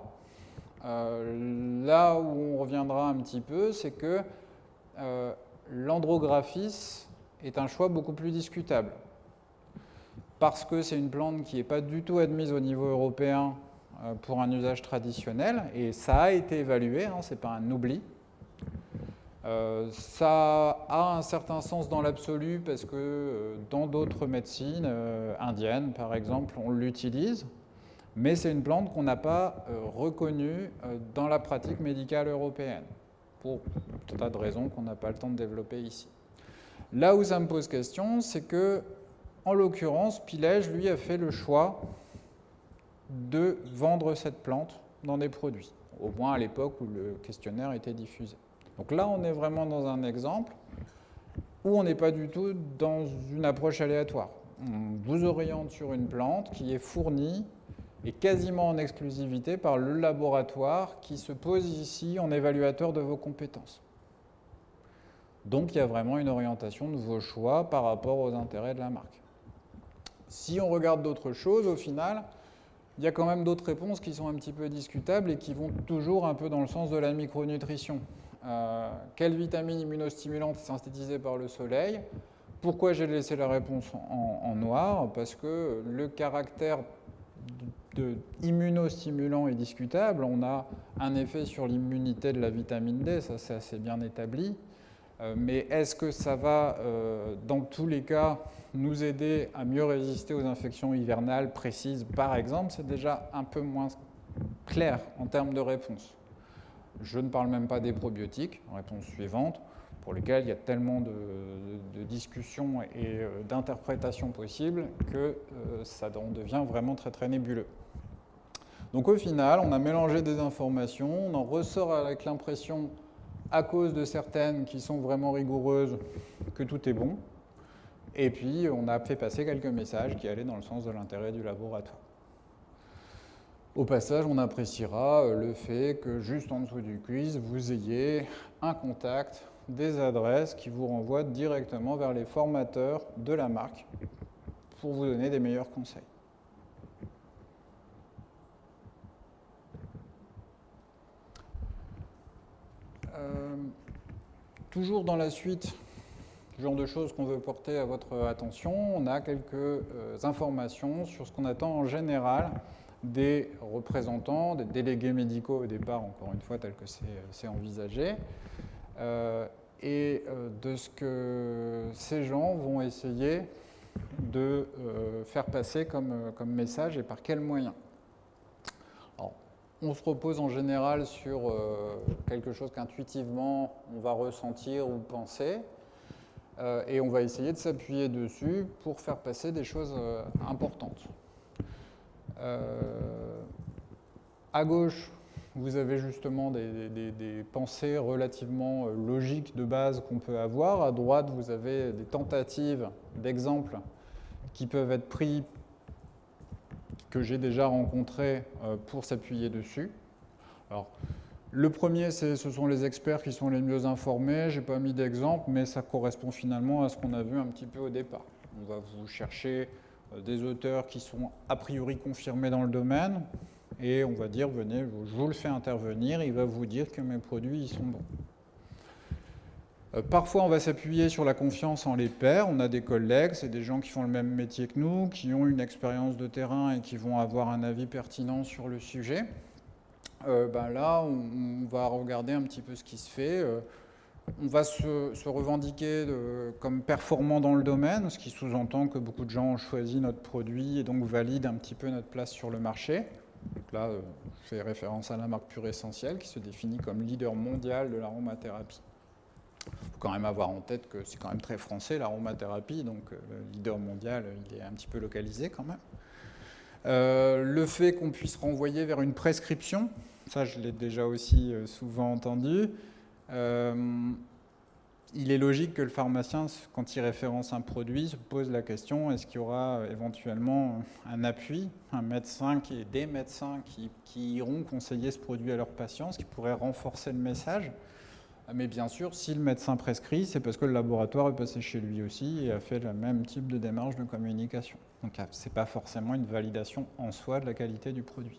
Là où on reviendra un petit peu, c'est que l'andrographis est un choix beaucoup plus discutable. Parce que c'est une plante qui n'est pas du tout admise au niveau européen pour un usage traditionnel, et ça a été évalué, hein, ce n'est pas un oubli. Ça a un certain sens dans l'absolu parce que dans d'autres médecines indiennes, par exemple, on l'utilise, mais c'est une plante qu'on n'a pas reconnue dans la pratique médicale européenne, pour tout un tas de raisons qu'on n'a pas le temps de développer ici. Là où ça me pose question, c'est que, en l'occurrence, Pilège, lui, a fait le choix de vendre cette plante dans des produits, au moins à l'époque où le questionnaire était diffusé. Donc là, on est vraiment dans un exemple où on n'est pas du tout dans une approche aléatoire. On vous oriente sur une plante qui est fournie et quasiment en exclusivité par le laboratoire qui se pose ici en évaluateur de vos compétences. Donc il y a vraiment une orientation de vos choix par rapport aux intérêts de la marque. Si on regarde d'autres choses, au final, il y a quand même d'autres réponses qui sont un petit peu discutables et qui vont toujours un peu dans le sens de la micronutrition. Quelle vitamine immunostimulante est synthétisée par le soleil? Pourquoi j'ai laissé la réponse en noir? Parce que le caractère immunostimulant est discutable. On a un effet sur l'immunité de la vitamine D, ça c'est assez bien établi. Mais est-ce que ça va, dans tous les cas, nous aider à mieux résister aux infections hivernales précises, par exemple? C'est déjà un peu moins clair en termes de réponse. Je ne parle même pas des probiotiques, réponse suivante, pour lesquels il y a tellement de discussions et d'interprétations possibles que ça en devient vraiment très très nébuleux. Donc au final, on a mélangé des informations, on en ressort avec l'impression, à cause de certaines qui sont vraiment rigoureuses, que tout est bon, et puis on a fait passer quelques messages qui allaient dans le sens de l'intérêt du laboratoire. Au passage, on appréciera le fait que juste en dessous du quiz, vous ayez un contact, des adresses qui vous renvoient directement vers les formateurs de la marque pour vous donner des meilleurs conseils. Toujours dans la suite, le genre de choses qu'on veut porter à votre attention, on a quelques informations sur ce qu'on attend en général des représentants, des délégués médicaux au départ, encore une fois, tel que c'est envisagé, et de ce que ces gens vont essayer de faire passer comme message et par quels moyens. Alors, on se repose en général sur quelque chose qu'intuitivement on va ressentir ou penser, et on va essayer de s'appuyer dessus pour faire passer des choses importantes. À gauche, vous avez justement des pensées relativement logiques de base qu'on peut avoir. À droite, vous avez des tentatives d'exemples qui peuvent être pris, que j'ai déjà rencontrés pour s'appuyer dessus. Alors, le premier, ce sont les experts qui sont les mieux informés. Je n'ai pas mis d'exemple, mais ça correspond finalement à ce qu'on a vu un petit peu au départ. On va vous chercher des auteurs qui sont a priori confirmés dans le domaine, et on va dire, venez, je vous le fais intervenir, il va vous dire que mes produits ils sont bons. Parfois, on va s'appuyer sur la confiance en les pairs. On a des collègues, c'est des gens qui font le même métier que nous, qui ont une expérience de terrain et qui vont avoir un avis pertinent sur le sujet. Là, on va regarder un petit peu ce qui se fait. On va se revendiquer comme performant dans le domaine, ce qui sous-entend que beaucoup de gens ont choisi notre produit et donc valident un petit peu notre place sur le marché. Donc là, je fais référence à la marque Pure Essentiel, qui se définit comme leader mondial de l'aromathérapie. Il faut quand même avoir en tête que c'est quand même très français, l'aromathérapie, donc le leader mondial, il est un petit peu localisé quand même. Le fait qu'on puisse renvoyer vers une prescription, ça je l'ai déjà aussi souvent entendu. Il est logique que le pharmacien, quand il référence un produit, se pose la question, est-ce qu'il y aura éventuellement un appui, un médecin des médecins qui iront conseiller ce produit à leurs patients, ce qui pourrait renforcer le message. Mais bien sûr, si le médecin prescrit, c'est parce que le laboratoire est passé chez lui aussi et a fait le même type de démarche de communication. Donc ce n'est pas forcément une validation en soi de la qualité du produit.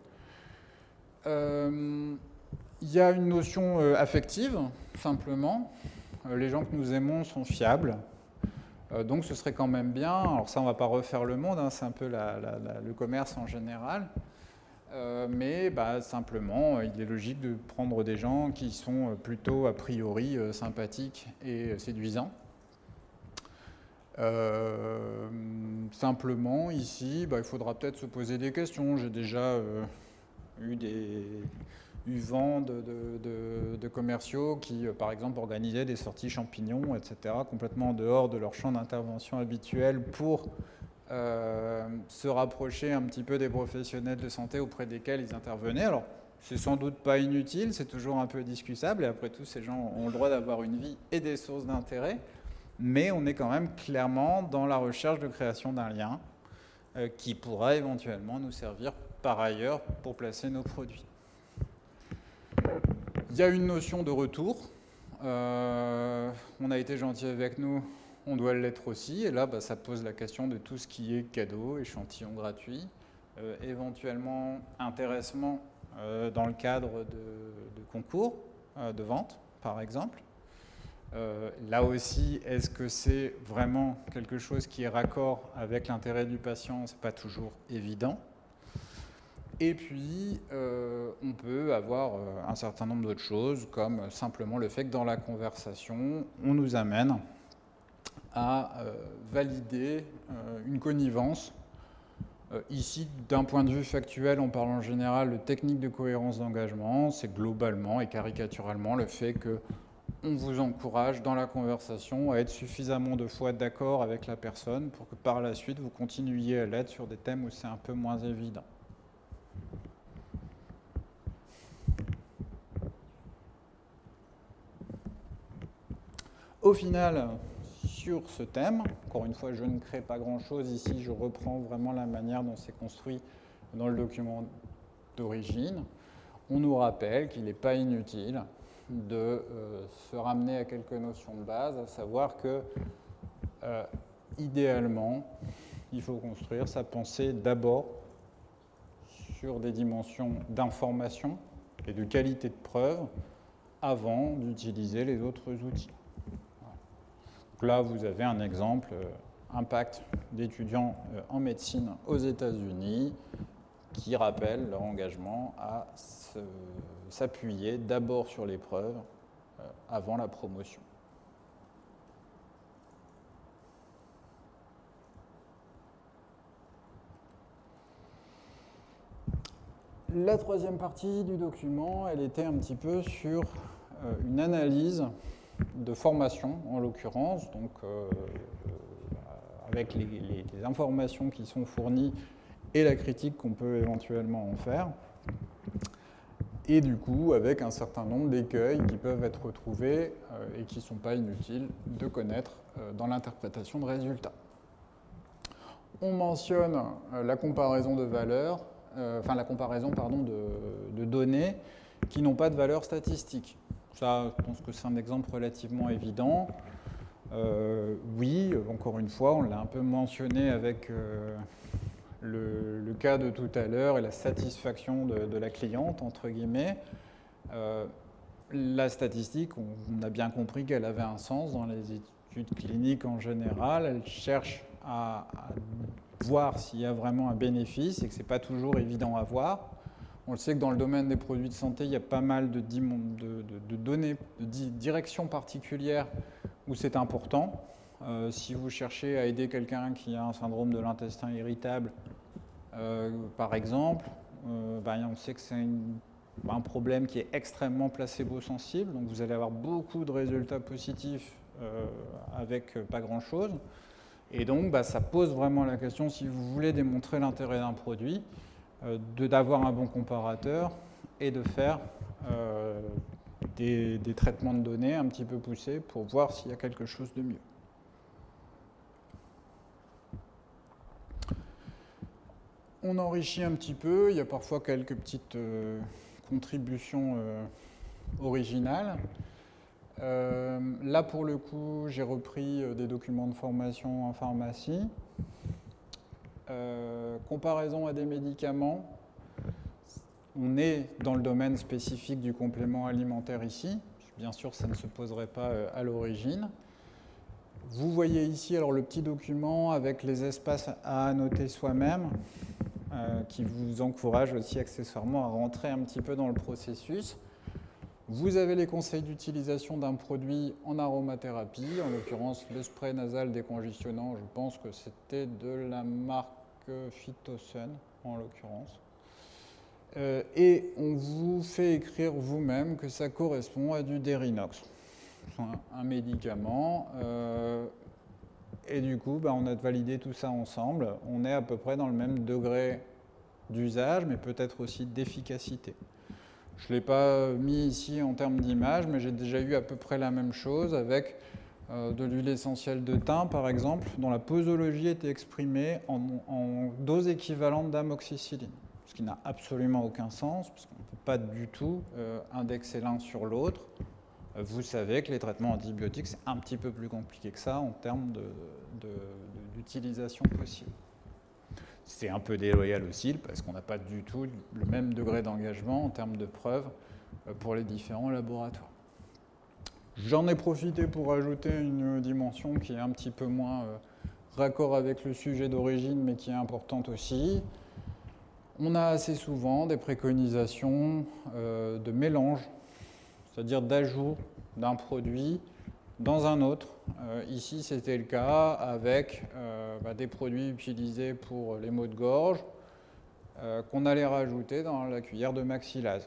Il y a une notion affective, simplement. Les gens que nous aimons sont fiables. Donc ce serait quand même bien, alors ça on ne va pas refaire le monde, hein, c'est un peu le commerce en général. Mais simplement, il est logique de prendre des gens qui sont plutôt a priori sympathiques et séduisants. Simplement, ici, il faudra peut-être se poser des questions. J'ai déjà eu vent de commerciaux qui, par exemple, organisaient des sorties champignons, etc., complètement en dehors de leur champ d'intervention habituel pour se rapprocher un petit peu des professionnels de santé auprès desquels ils intervenaient. Alors, c'est sans doute pas inutile, c'est toujours un peu discutable, et après tout, ces gens ont le droit d'avoir une vie et des sources d'intérêt, mais on est quand même clairement dans la recherche de création d'un lien qui pourra éventuellement nous servir par ailleurs pour placer nos produits. Il y a une notion de retour. On a été gentil avec nous, on doit l'être aussi, et là ça pose la question de tout ce qui est cadeau, échantillon gratuit, éventuellement intéressement dans le cadre de concours de vente, par exemple. Là aussi, est-ce que c'est vraiment quelque chose qui est raccord avec l'intérêt du patient? Ce n'est pas toujours évident. Et puis, on peut avoir un certain nombre d'autres choses, comme simplement le fait que dans la conversation, on nous amène à valider une connivence. Ici, d'un point de vue factuel, on parle en général de technique de cohérence d'engagement. C'est globalement et caricaturalement le fait qu'on vous encourage dans la conversation à être suffisamment de fois d'accord avec la personne pour que par la suite, vous continuiez à l'être sur des thèmes où c'est un peu moins évident. Au final, sur ce thème, encore une fois, je ne crée pas grand-chose ici, je reprends vraiment la manière dont c'est construit dans le document d'origine, on nous rappelle qu'il n'est pas inutile de se ramener à quelques notions de base, à savoir que, idéalement, il faut construire sa pensée d'abord sur des dimensions d'information et de qualité de preuve avant d'utiliser les autres outils. Donc là, vous avez un exemple, impact d'étudiants en médecine aux États-Unis, qui rappellent leur engagement à s'appuyer d'abord sur les preuves avant la promotion. La troisième partie du document, elle était un petit peu sur une analyse de formation, en l'occurrence, donc avec les informations qui sont fournies et la critique qu'on peut éventuellement en faire, et du coup avec un certain nombre d'écueils qui peuvent être retrouvés et qui ne sont pas inutiles de connaître dans l'interprétation de résultats. On mentionne la comparaison de valeurs, la comparaison de données qui n'ont pas de valeur statistique. Ça, je pense que c'est un exemple relativement évident. Oui, encore une fois, on l'a un peu mentionné avec le cas de tout à l'heure et la satisfaction de la cliente, entre guillemets. La statistique, on a bien compris qu'elle avait un sens dans les études cliniques en général. Elle cherche à voir s'il y a vraiment un bénéfice et que ce n'est pas toujours évident à voir. On le sait que dans le domaine des produits de santé, il y a pas mal de données, de directions particulières où c'est important. Si vous cherchez à aider quelqu'un qui a un syndrome de l'intestin irritable, par exemple, on sait que c'est un problème qui est extrêmement placebo-sensible, donc vous allez avoir beaucoup de résultats positifs avec pas grand-chose. Et donc, ça pose vraiment la question, si vous voulez démontrer l'intérêt d'un produit, d'avoir un bon comparateur et de faire des traitements de données un petit peu poussés pour voir s'il y a quelque chose de mieux. On enrichit un petit peu, il y a parfois quelques petites contributions originales. Là, pour le coup, j'ai repris des documents de formation en pharmacie. Comparaison à des médicaments. On est dans le domaine spécifique du complément alimentaire ici. Bien sûr, ça ne se poserait pas à l'origine. Vous voyez ici alors le petit document avec les espaces à annoter soi-même, qui vous encourage aussi accessoirement à rentrer un petit peu dans le processus. Vous avez les conseils d'utilisation d'un produit en aromathérapie, en l'occurrence le spray nasal décongestionnant, je pense que c'était de la marque Phytosun en l'occurrence. Et on vous fait écrire vous-même que ça correspond à du Derinox, un médicament. Et du coup, on a validé tout ça ensemble. On est à peu près dans le même degré d'usage, mais peut-être aussi d'efficacité. Je ne l'ai pas mis ici en termes d'image, mais j'ai déjà eu à peu près la même chose avec de l'huile essentielle de thym, par exemple, dont la posologie était exprimée en dose équivalente d'amoxicilline, ce qui n'a absolument aucun sens, parce qu'on ne peut pas du tout indexer l'un sur l'autre. Vous savez que les traitements antibiotiques, c'est un petit peu plus compliqué que ça en termes d'utilisation possible. C'est un peu déloyal aussi, parce qu'on n'a pas du tout le même degré d'engagement en termes de preuves pour les différents laboratoires. J'en ai profité pour ajouter une dimension qui est un petit peu moins raccord avec le sujet d'origine, mais qui est importante aussi. On a assez souvent des préconisations de mélange, c'est-à-dire d'ajout d'un produit dans un autre. Ici, c'était le cas avec des produits utilisés pour les maux de gorge qu'on allait rajouter dans la cuillère de maxillase.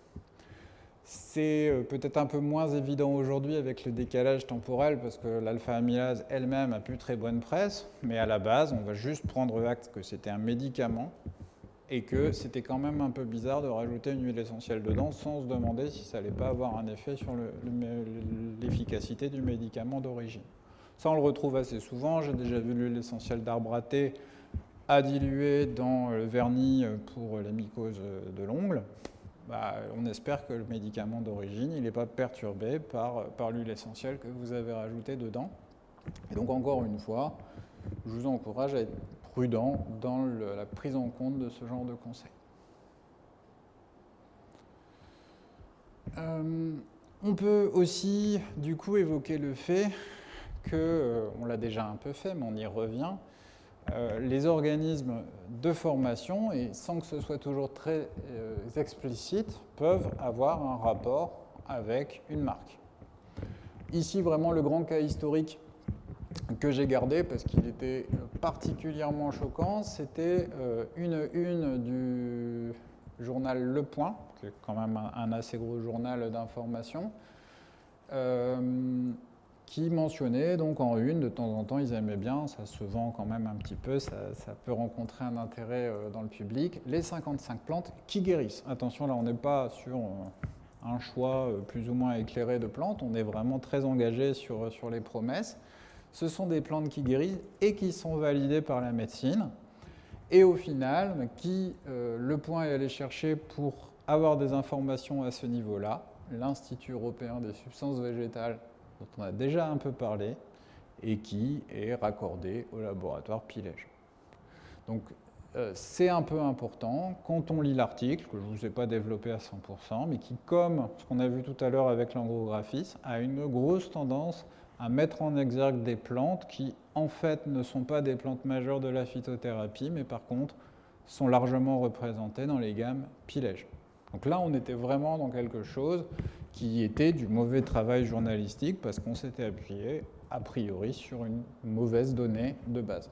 C'est peut-être un peu moins évident aujourd'hui avec le décalage temporel parce que l'alpha-amylase elle-même a plus très bonne presse, mais à la base, on va juste prendre acte que c'était un médicament et que c'était quand même un peu bizarre de rajouter une huile essentielle dedans sans se demander si ça n'allait pas avoir un effet sur l'efficacité du médicament d'origine. Ça, on le retrouve assez souvent. J'ai déjà vu l'huile essentielle d'arbre à thé à diluer dans le vernis pour la mycose de l'ongle, on espère que le médicament d'origine n'est pas perturbé par l'huile essentielle que vous avez rajoutée dedans. Et donc encore une fois, je vous encourage à être prudent dans la prise en compte de ce genre de conseils. On peut aussi du coup évoquer le fait que, on l'a déjà un peu fait, mais on y revient, les organismes de formation, et sans que ce soit toujours très explicite, peuvent avoir un rapport avec une marque. Ici, vraiment, le grand cas historique que j'ai gardé, parce qu'il était particulièrement choquant, c'était une du journal Le Point, qui est quand même un assez gros journal d'information, qui mentionnait donc en une, de temps en temps, ils aimaient bien, ça se vend quand même un petit peu, ça peut rencontrer un intérêt dans le public, les 55 plantes qui guérissent. Attention, là, on n'est pas sur un choix plus ou moins éclairé de plantes, on est vraiment très engagé sur les promesses. Ce sont des plantes qui guérissent et qui sont validées par la médecine. Et au final, Le Point est allé chercher pour avoir des informations à ce niveau-là, l'Institut européen des substances végétales, dont on a déjà un peu parlé, et qui est raccordé au laboratoire Pilège. Donc, c'est un peu important quand on lit l'article, que je ne vous ai pas développé à 100%, mais qui, comme ce qu'on a vu tout à l'heure avec l'angrographisme, a une grosse tendance à mettre en exergue des plantes qui, en fait, ne sont pas des plantes majeures de la phytothérapie, mais par contre, sont largement représentées dans les gammes Pilège. Donc là, on était vraiment dans quelque chose qui était du mauvais travail journalistique parce qu'on s'était appuyé, a priori, sur une mauvaise donnée de base.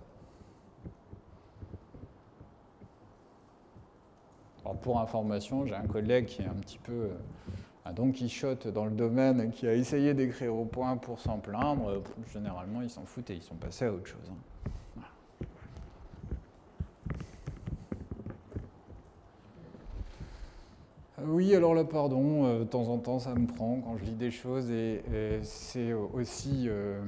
Alors pour information, j'ai un collègue qui est un petit peu un Don Quichotte dans le domaine, qui a essayé d'écrire au point pour s'en plaindre. Généralement, ils s'en foutent et ils sont passés à autre chose. Voilà. Oui, alors là, pardon, de temps en temps, ça me prend quand je lis des choses et c'est aussi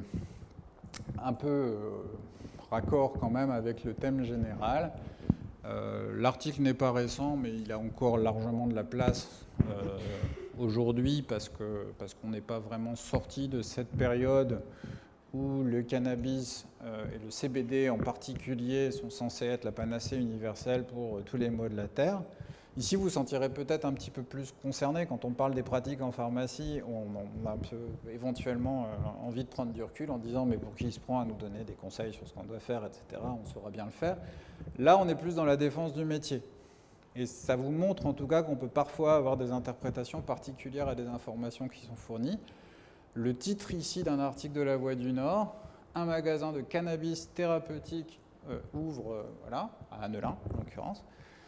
un peu raccord quand même avec le thème général. L'article n'est pas récent, mais il a encore largement de la place aujourd'hui parce qu'on n'est pas vraiment sorti de cette période où le cannabis et le CBD en particulier sont censés être la panacée universelle pour tous les maux de la Terre. Ici, vous vous sentirez peut-être un petit peu plus concerné quand on parle des pratiques en pharmacie. On a un peu, éventuellement envie de prendre du recul en disant mais pour qui il se prend à nous donner des conseils sur ce qu'on doit faire, etc. On saura bien le faire. Là, on est plus dans la défense du métier. Et ça vous montre en tout cas qu'on peut parfois avoir des interprétations particulières à des informations qui sont fournies. Le titre ici d'un article de La Voix du Nord, un magasin de cannabis thérapeutique ouvre, voilà, à Annelin en l'occurrence.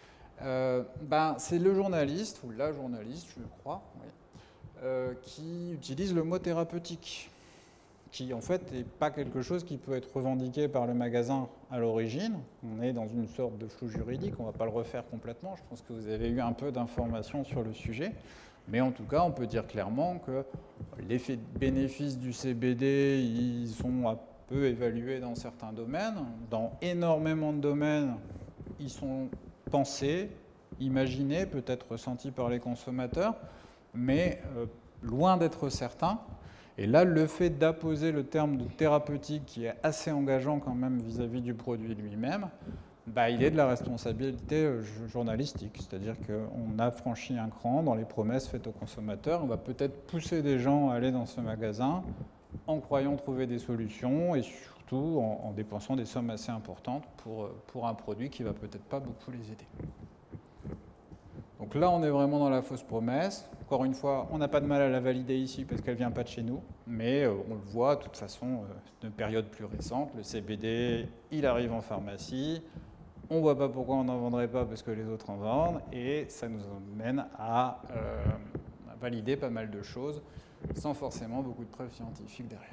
C'est le journaliste, ou la journaliste, je crois, oui, qui utilise le mot thérapeutique, qui en fait n'est pas quelque chose qui peut être revendiqué par le magasin à l'origine. On est dans une sorte de flou juridique, on ne va pas le refaire complètement, je pense que vous avez eu un peu d'informations sur le sujet, mais en tout cas on peut dire clairement que les bénéfices du CBD, ils sont un peu évalués dans certains domaines, dans énormément de domaines, ils sont pensés, imaginés, peut-être ressentis par les consommateurs, mais loin d'être certains. Et là, le fait d'apposer le terme de thérapeutique, qui est assez engageant quand même vis-à-vis du produit lui-même, il est de la responsabilité journalistique. C'est-à-dire qu'on a franchi un cran dans les promesses faites aux consommateurs. On va peut-être pousser des gens à aller dans ce magasin en croyant trouver des solutions et surtout en dépensant des sommes assez importantes pour un produit qui ne va peut-être pas beaucoup les aider. Donc là, on est vraiment dans la fausse promesse. Encore une fois, on n'a pas de mal à la valider ici parce qu'elle ne vient pas de chez nous, mais on le voit de toute façon d'une période plus récente. Le CBD, il arrive en pharmacie. On ne voit pas pourquoi on n'en vendrait pas parce que les autres en vendent, et ça nous amène à valider pas mal de choses sans forcément beaucoup de preuves scientifiques derrière.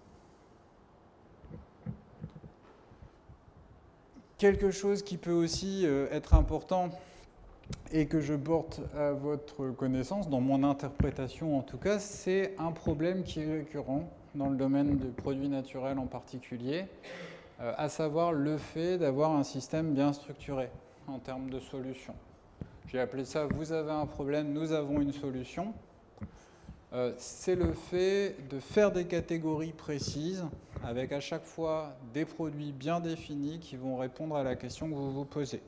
Quelque chose qui peut aussi être important et que je porte à votre connaissance, dans mon interprétation en tout cas, c'est un problème qui est récurrent dans le domaine des produits naturels en particulier. à savoir le fait d'avoir un système bien structuré en termes de solution. J'ai appelé ça « vous avez un problème, nous avons une solution ». C'est le fait de faire des catégories précises avec à chaque fois des produits bien définis qui vont répondre à la question que vous vous posez.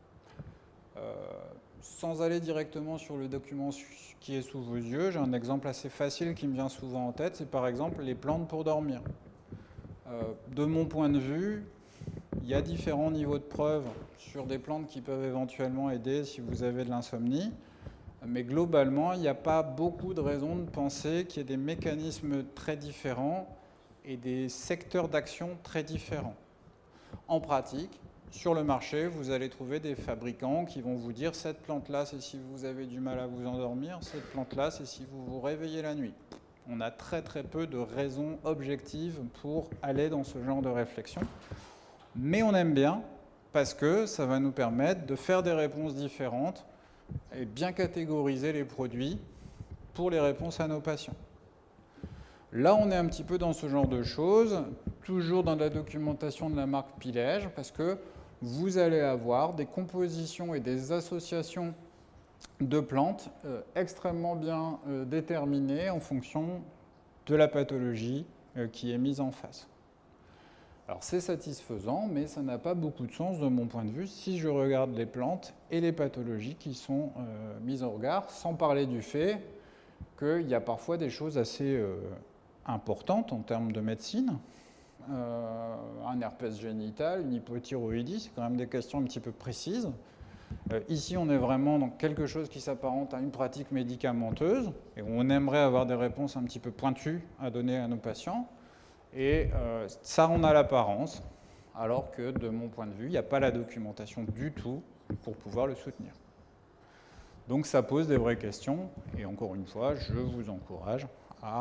Sans aller directement sur le document qui est sous vos yeux, j'ai un exemple assez facile qui me vient souvent en tête, c'est par exemple les plantes pour dormir. De mon point de vue, il y a différents niveaux de preuve sur des plantes qui peuvent éventuellement aider si vous avez de l'insomnie. Mais globalement, il n'y a pas beaucoup de raisons de penser qu'il y ait des mécanismes très différents et des secteurs d'action très différents. En pratique, sur le marché, vous allez trouver des fabricants qui vont vous dire cette plante-là, c'est si vous avez du mal à vous endormir, cette plante-là, c'est si vous vous réveillez la nuit. On a très très peu de raisons objectives pour aller dans ce genre de réflexion. Mais on aime bien parce que ça va nous permettre de faire des réponses différentes et bien catégoriser les produits pour les réponses à nos patients. Là, on est un petit peu dans ce genre de choses, toujours dans la documentation de la marque Pilège, parce que vous allez avoir des compositions et des associations de plantes extrêmement bien déterminées en fonction de la pathologie qui est mise en face. Alors c'est satisfaisant, mais ça n'a pas beaucoup de sens de mon point de vue si je regarde les plantes et les pathologies qui sont mises en regard, sans parler du fait qu'il y a parfois des choses assez importantes en termes de médecine. Un herpès génital, une hypothyroïdie, c'est quand même des questions un petit peu précises. Ici, on est vraiment dans quelque chose qui s'apparente à une pratique médicamenteuse et on aimerait avoir des réponses un petit peu pointues à donner à nos patients. Et ça en a l'apparence, alors que de mon point de vue, il n'y a pas la documentation du tout pour pouvoir le soutenir. Donc ça pose des vraies questions, et encore une fois, je vous encourage à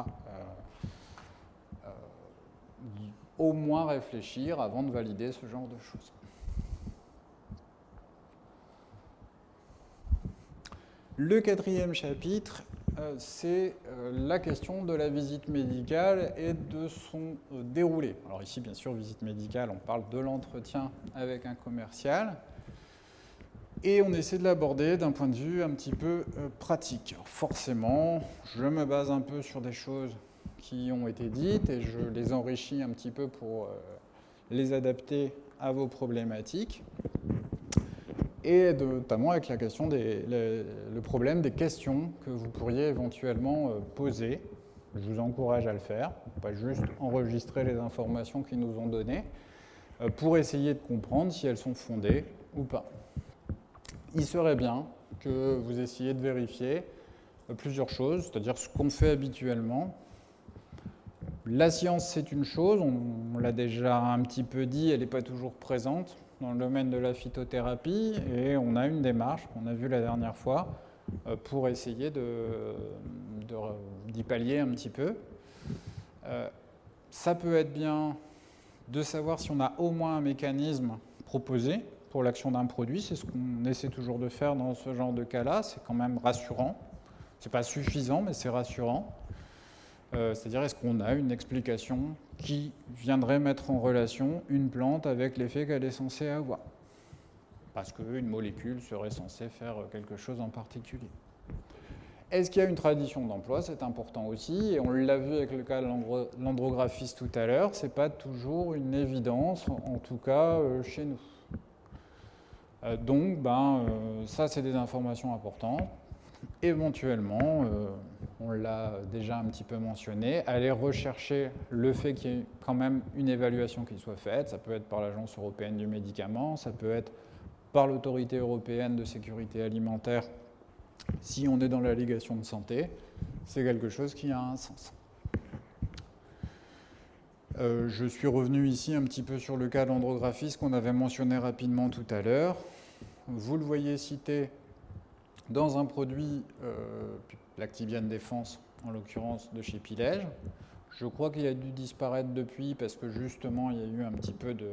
au moins réfléchir avant de valider ce genre de choses. Le quatrième chapitre, c'est la question de la visite médicale et de son déroulé. Alors ici, bien sûr, visite médicale, on parle de l'entretien avec un commercial. Et on essaie de l'aborder d'un point de vue un petit peu pratique. Alors forcément, je me base un peu sur des choses qui ont été dites et je les enrichis un petit peu pour les adapter à vos problématiques. Et notamment avec la question le problème des questions que vous pourriez éventuellement poser. Je vous encourage à le faire, pas juste enregistrer les informations qu'ils nous ont données, pour essayer de comprendre si elles sont fondées ou pas. Il serait bien que vous essayiez de vérifier plusieurs choses, c'est-à-dire ce qu'on fait habituellement. La science, c'est une chose, on l'a déjà un petit peu dit, elle n'est pas toujours présente dans le domaine de la phytothérapie, et on a une démarche qu'on a vue la dernière fois pour essayer d'y pallier un petit peu. Ça peut être bien de savoir si on a au moins un mécanisme proposé pour l'action d'un produit. C'est ce qu'on essaie toujours de faire dans ce genre de cas-là. C'est quand même rassurant. Ce n'est pas suffisant, mais c'est rassurant. C'est-à-dire, est-ce qu'on a une explication qui viendrait mettre en relation une plante avec l'effet qu'elle est censée avoir? Parce qu'une molécule serait censée faire quelque chose en particulier. Est-ce qu'il y a une tradition d'emploi? C'est important aussi, et on l'a vu avec le cas de l'andrographiste tout à l'heure, ce n'est pas toujours une évidence, en tout cas chez nous. Donc, ça, c'est des informations importantes. Éventuellement, on l'a déjà un petit peu mentionné, aller rechercher le fait qu'il y ait quand même une évaluation qui soit faite. Ça peut être par l'Agence européenne du médicament, ça peut être par l'Autorité européenne de sécurité alimentaire si on est dans l'allégation de santé. C'est quelque chose qui a un sens. Je suis revenu ici un petit peu sur le cas de l'andrographiste qu'on avait mentionné rapidement tout à l'heure. Vous le voyez cité dans un produit, l'Activian Défense, en l'occurrence de chez Pilège. Je crois qu'il a dû disparaître depuis parce que justement il y a eu un petit peu de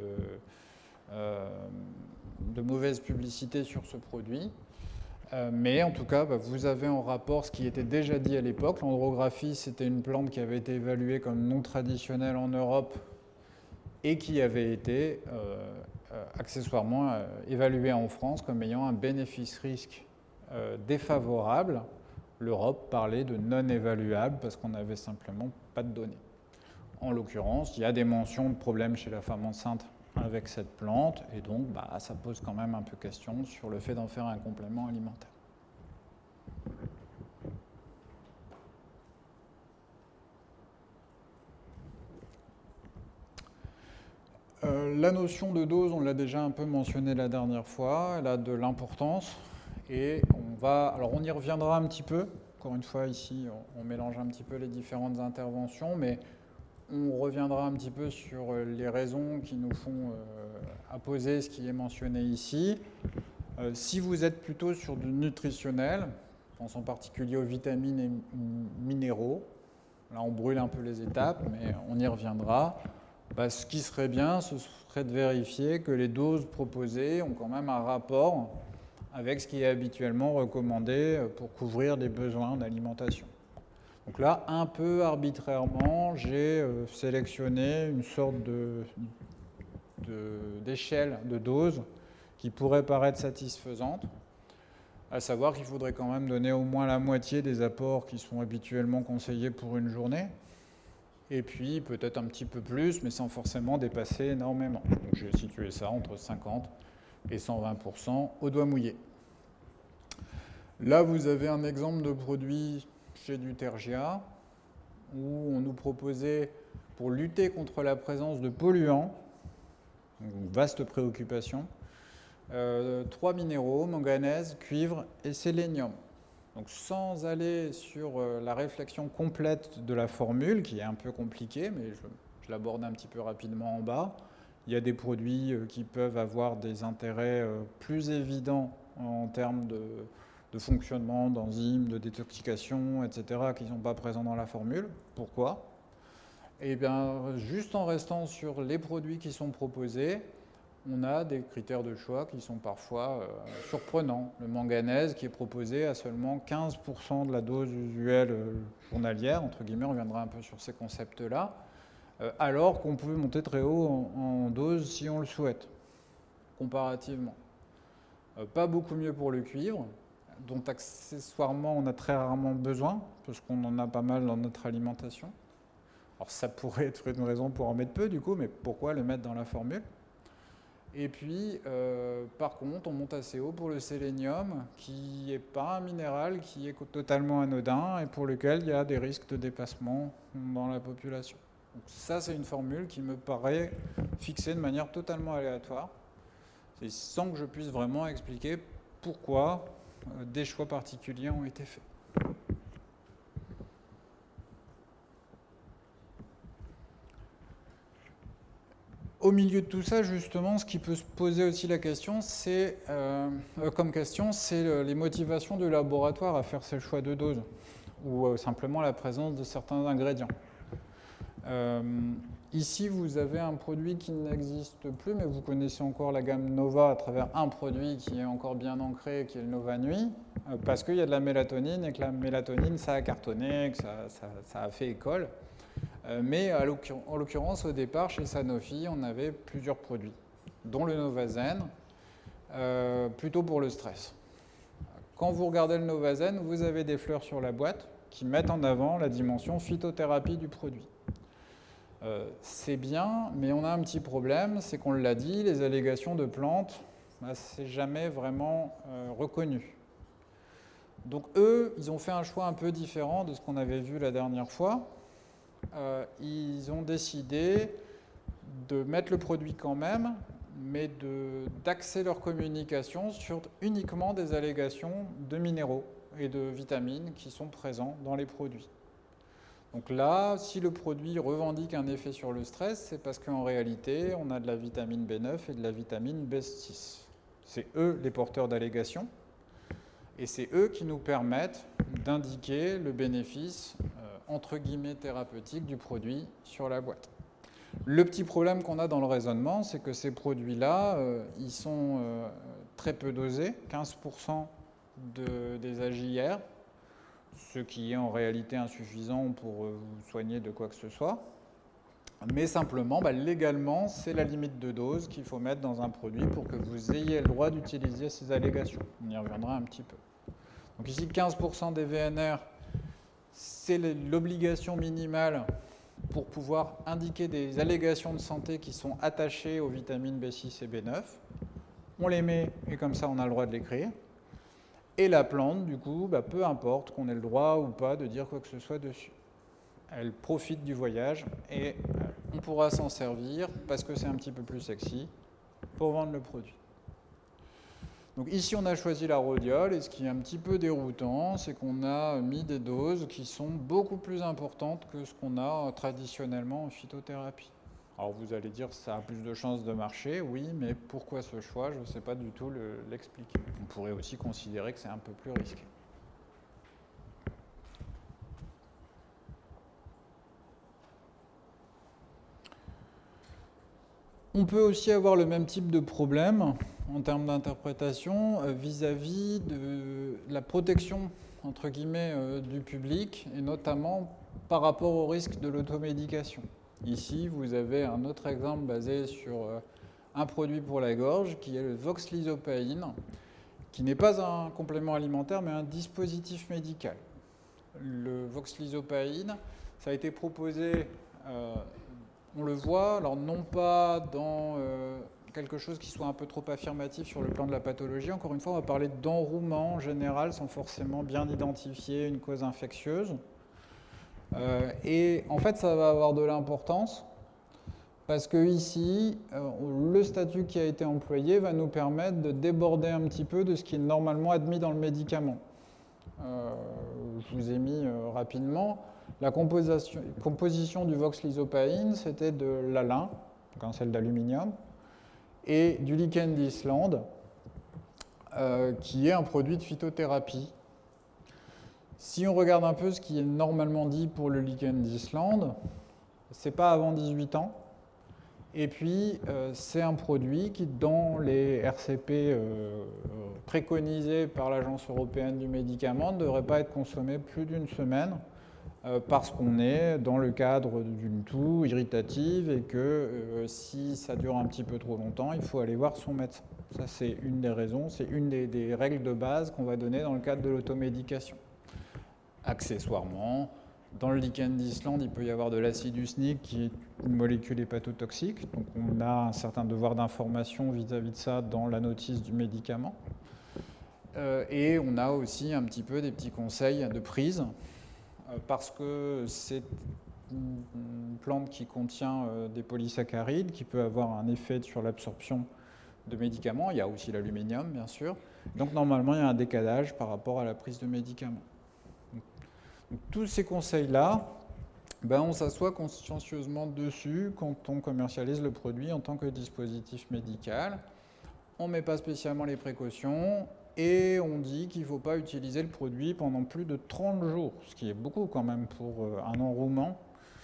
mauvaise publicité sur ce produit. Mais en tout cas, vous avez en rapport ce qui était déjà dit à l'époque. L'andrographie, c'était une plante qui avait été évaluée comme non traditionnelle en Europe et qui avait été accessoirement évalué en France comme ayant un bénéfice-risque défavorable. L'Europe parlait de non évaluable parce qu'on n'avait simplement pas de données. En l'occurrence, il y a des mentions de problèmes chez la femme enceinte avec cette plante, et donc ça pose quand même un peu question sur le fait d'en faire un complément alimentaire. La notion de dose, on l'a déjà un peu mentionné la dernière fois, elle a de l'importance, et on y reviendra un petit peu. Encore une fois, ici, on mélange un petit peu les différentes interventions, mais on reviendra un petit peu sur les raisons qui nous font apposer ce qui est mentionné ici. Si vous êtes plutôt sur du nutritionnel, je pense en particulier aux vitamines et minéraux, là on brûle un peu les étapes, mais on y reviendra. Ce qui serait bien, ce serait de vérifier que les doses proposées ont quand même un rapport avec ce qui est habituellement recommandé pour couvrir des besoins d'alimentation. Donc là, un peu arbitrairement, j'ai sélectionné une sorte d'échelle de dose qui pourrait paraître satisfaisante, à savoir qu'il faudrait quand même donner au moins la moitié des apports qui sont habituellement conseillés pour une journée, et puis peut-être un petit peu plus, mais sans forcément dépasser énormément. Donc j'ai situé ça entre 50 et 120% au doigt mouillé. Là, vous avez un exemple de produit chez Dutergia, où on nous proposait, pour lutter contre la présence de polluants, une vaste préoccupation, 3 minéraux, manganèse, cuivre et sélénium. Donc sans aller sur la réflexion complète de la formule, qui est un peu compliquée, mais je l'aborde un petit peu rapidement en bas, il y a des produits qui peuvent avoir des intérêts plus évidents en termes de fonctionnement, d'enzymes, de détoxication, etc., qui ne sont pas présents dans la formule. Pourquoi ? Eh bien, juste en restant sur les produits qui sont proposés, on a des critères de choix qui sont parfois surprenants. Le manganèse qui est proposé à seulement 15% de la dose usuelle journalière, entre guillemets, on reviendra un peu sur ces concepts-là, alors qu'on peut monter très haut en dose si on le souhaite, comparativement. Pas beaucoup mieux pour le cuivre, dont accessoirement on a très rarement besoin, parce qu'on en a pas mal dans notre alimentation. Alors ça pourrait être une raison pour en mettre peu du coup, mais pourquoi le mettre dans la formule ? Et puis, par contre, on monte assez haut pour le sélénium, qui n'est pas un minéral qui est totalement anodin et pour lequel il y a des risques de dépassement dans la population. Donc ça, c'est une formule qui me paraît fixée de manière totalement aléatoire, c'est sans que je puisse vraiment expliquer pourquoi des choix particuliers ont été faits. Au milieu de tout ça, justement, ce qui peut se poser aussi la question, c'est les motivations du laboratoire à faire ces choix de dose, ou simplement la présence de certains ingrédients. Ici, vous avez un produit qui n'existe plus, mais vous connaissez encore la gamme Nova à travers un produit qui est encore bien ancré, qui est le Nova Nuit, parce qu'il y a de la mélatonine et que la mélatonine, ça a cartonné, que ça a fait école. Mais en l'occurrence, au départ, chez Sanofi, on avait plusieurs produits, dont le Novazen, plutôt pour le stress. Quand vous regardez le Novazen, vous avez des fleurs sur la boîte qui mettent en avant la dimension phytothérapie du produit. C'est bien, mais on a un petit problème, c'est qu'on l'a dit, les allégations de plantes, c'est jamais vraiment reconnu. Donc eux, ils ont fait un choix un peu différent de ce qu'on avait vu la dernière fois. Ils ont décidé de mettre le produit quand même, mais d'axer leur communication sur uniquement des allégations de minéraux et de vitamines qui sont présents dans les produits. Donc là, si le produit revendique un effet sur le stress, c'est parce qu'en réalité, on a de la vitamine B9 et de la vitamine B6. C'est eux les porteurs d'allégations, et c'est eux qui nous permettent d'indiquer le bénéfice entre guillemets thérapeutique du produit sur la boîte. Le petit problème qu'on a dans le raisonnement, c'est que ces produits-là, ils sont très peu dosés, 15% des AJR, ce qui est en réalité insuffisant pour vous soigner de quoi que ce soit. Mais simplement, légalement, c'est la limite de dose qu'il faut mettre dans un produit pour que vous ayez le droit d'utiliser ces allégations. On y reviendra un petit peu. Donc ici, 15% des VNR, c'est l'obligation minimale pour pouvoir indiquer des allégations de santé qui sont attachées aux vitamines B6 et B9. On les met et comme ça, on a le droit de l'écrire. Et la plante, du coup, peu importe qu'on ait le droit ou pas de dire quoi que ce soit dessus. Elle profite du voyage et on pourra s'en servir parce que c'est un petit peu plus sexy pour vendre le produit. Donc ici, on a choisi la rhodiole et ce qui est un petit peu déroutant, c'est qu'on a mis des doses qui sont beaucoup plus importantes que ce qu'on a traditionnellement en phytothérapie. Alors vous allez dire ça a plus de chances de marcher, oui, mais pourquoi ce choix? Je ne sais pas du tout l'expliquer. On pourrait aussi considérer que c'est un peu plus risqué. On peut aussi avoir le même type de problème en termes d'interprétation vis-à-vis de la protection, entre guillemets, du public, et notamment par rapport au risque de l'automédication. Ici, vous avez un autre exemple basé sur un produit pour la gorge, qui est le voxlysopaïne, qui n'est pas un complément alimentaire, mais un dispositif médical. Le voxlysopaïne, ça a été proposé... on le voit, alors non pas dans quelque chose qui soit un peu trop affirmatif sur le plan de la pathologie. Encore une fois, on va parler d'enrouement en général sans forcément bien identifier une cause infectieuse. Et en fait, ça va avoir de l'importance parce que ici, le statut qui a été employé va nous permettre de déborder un petit peu de ce qui est normalement admis dans le médicament. Je vous ai mis rapidement. La composition du voxlysopaïne, c'était de l'alun, donc un sel d'aluminium, et du lichen d'Islande, qui est un produit de phytothérapie. Si on regarde un peu ce qui est normalement dit pour le lichen d'Islande, c'est pas avant 18 ans. Et puis, c'est un produit qui, dans les RCP préconisés par l'Agence européenne du médicament, ne devrait pas être consommé plus d'une semaine parce qu'on est dans le cadre d'une toux irritative et que si ça dure un petit peu trop longtemps, il faut aller voir son médecin. Ça, c'est une des raisons, c'est une des règles de base qu'on va donner dans le cadre de l'automédication. Accessoirement, dans le lichen d'Islande, il peut y avoir de l'acide usnique qui est une molécule hépatotoxique. Donc on a un certain devoir d'information vis-à-vis de ça dans la notice du médicament. Et on a aussi un petit peu des petits conseils de prise parce que c'est une plante qui contient des polysaccharides qui peut avoir un effet sur l'absorption de médicaments. Il y a aussi l'aluminium, bien sûr. Donc normalement, il y a un décalage par rapport à la prise de médicaments. Donc, tous ces conseils-là, on s'assoit consciencieusement dessus quand on commercialise le produit en tant que dispositif médical. On ne met pas spécialement les précautions et on dit qu'il ne faut pas utiliser le produit pendant plus de 30 jours, ce qui est beaucoup quand même pour un enrouement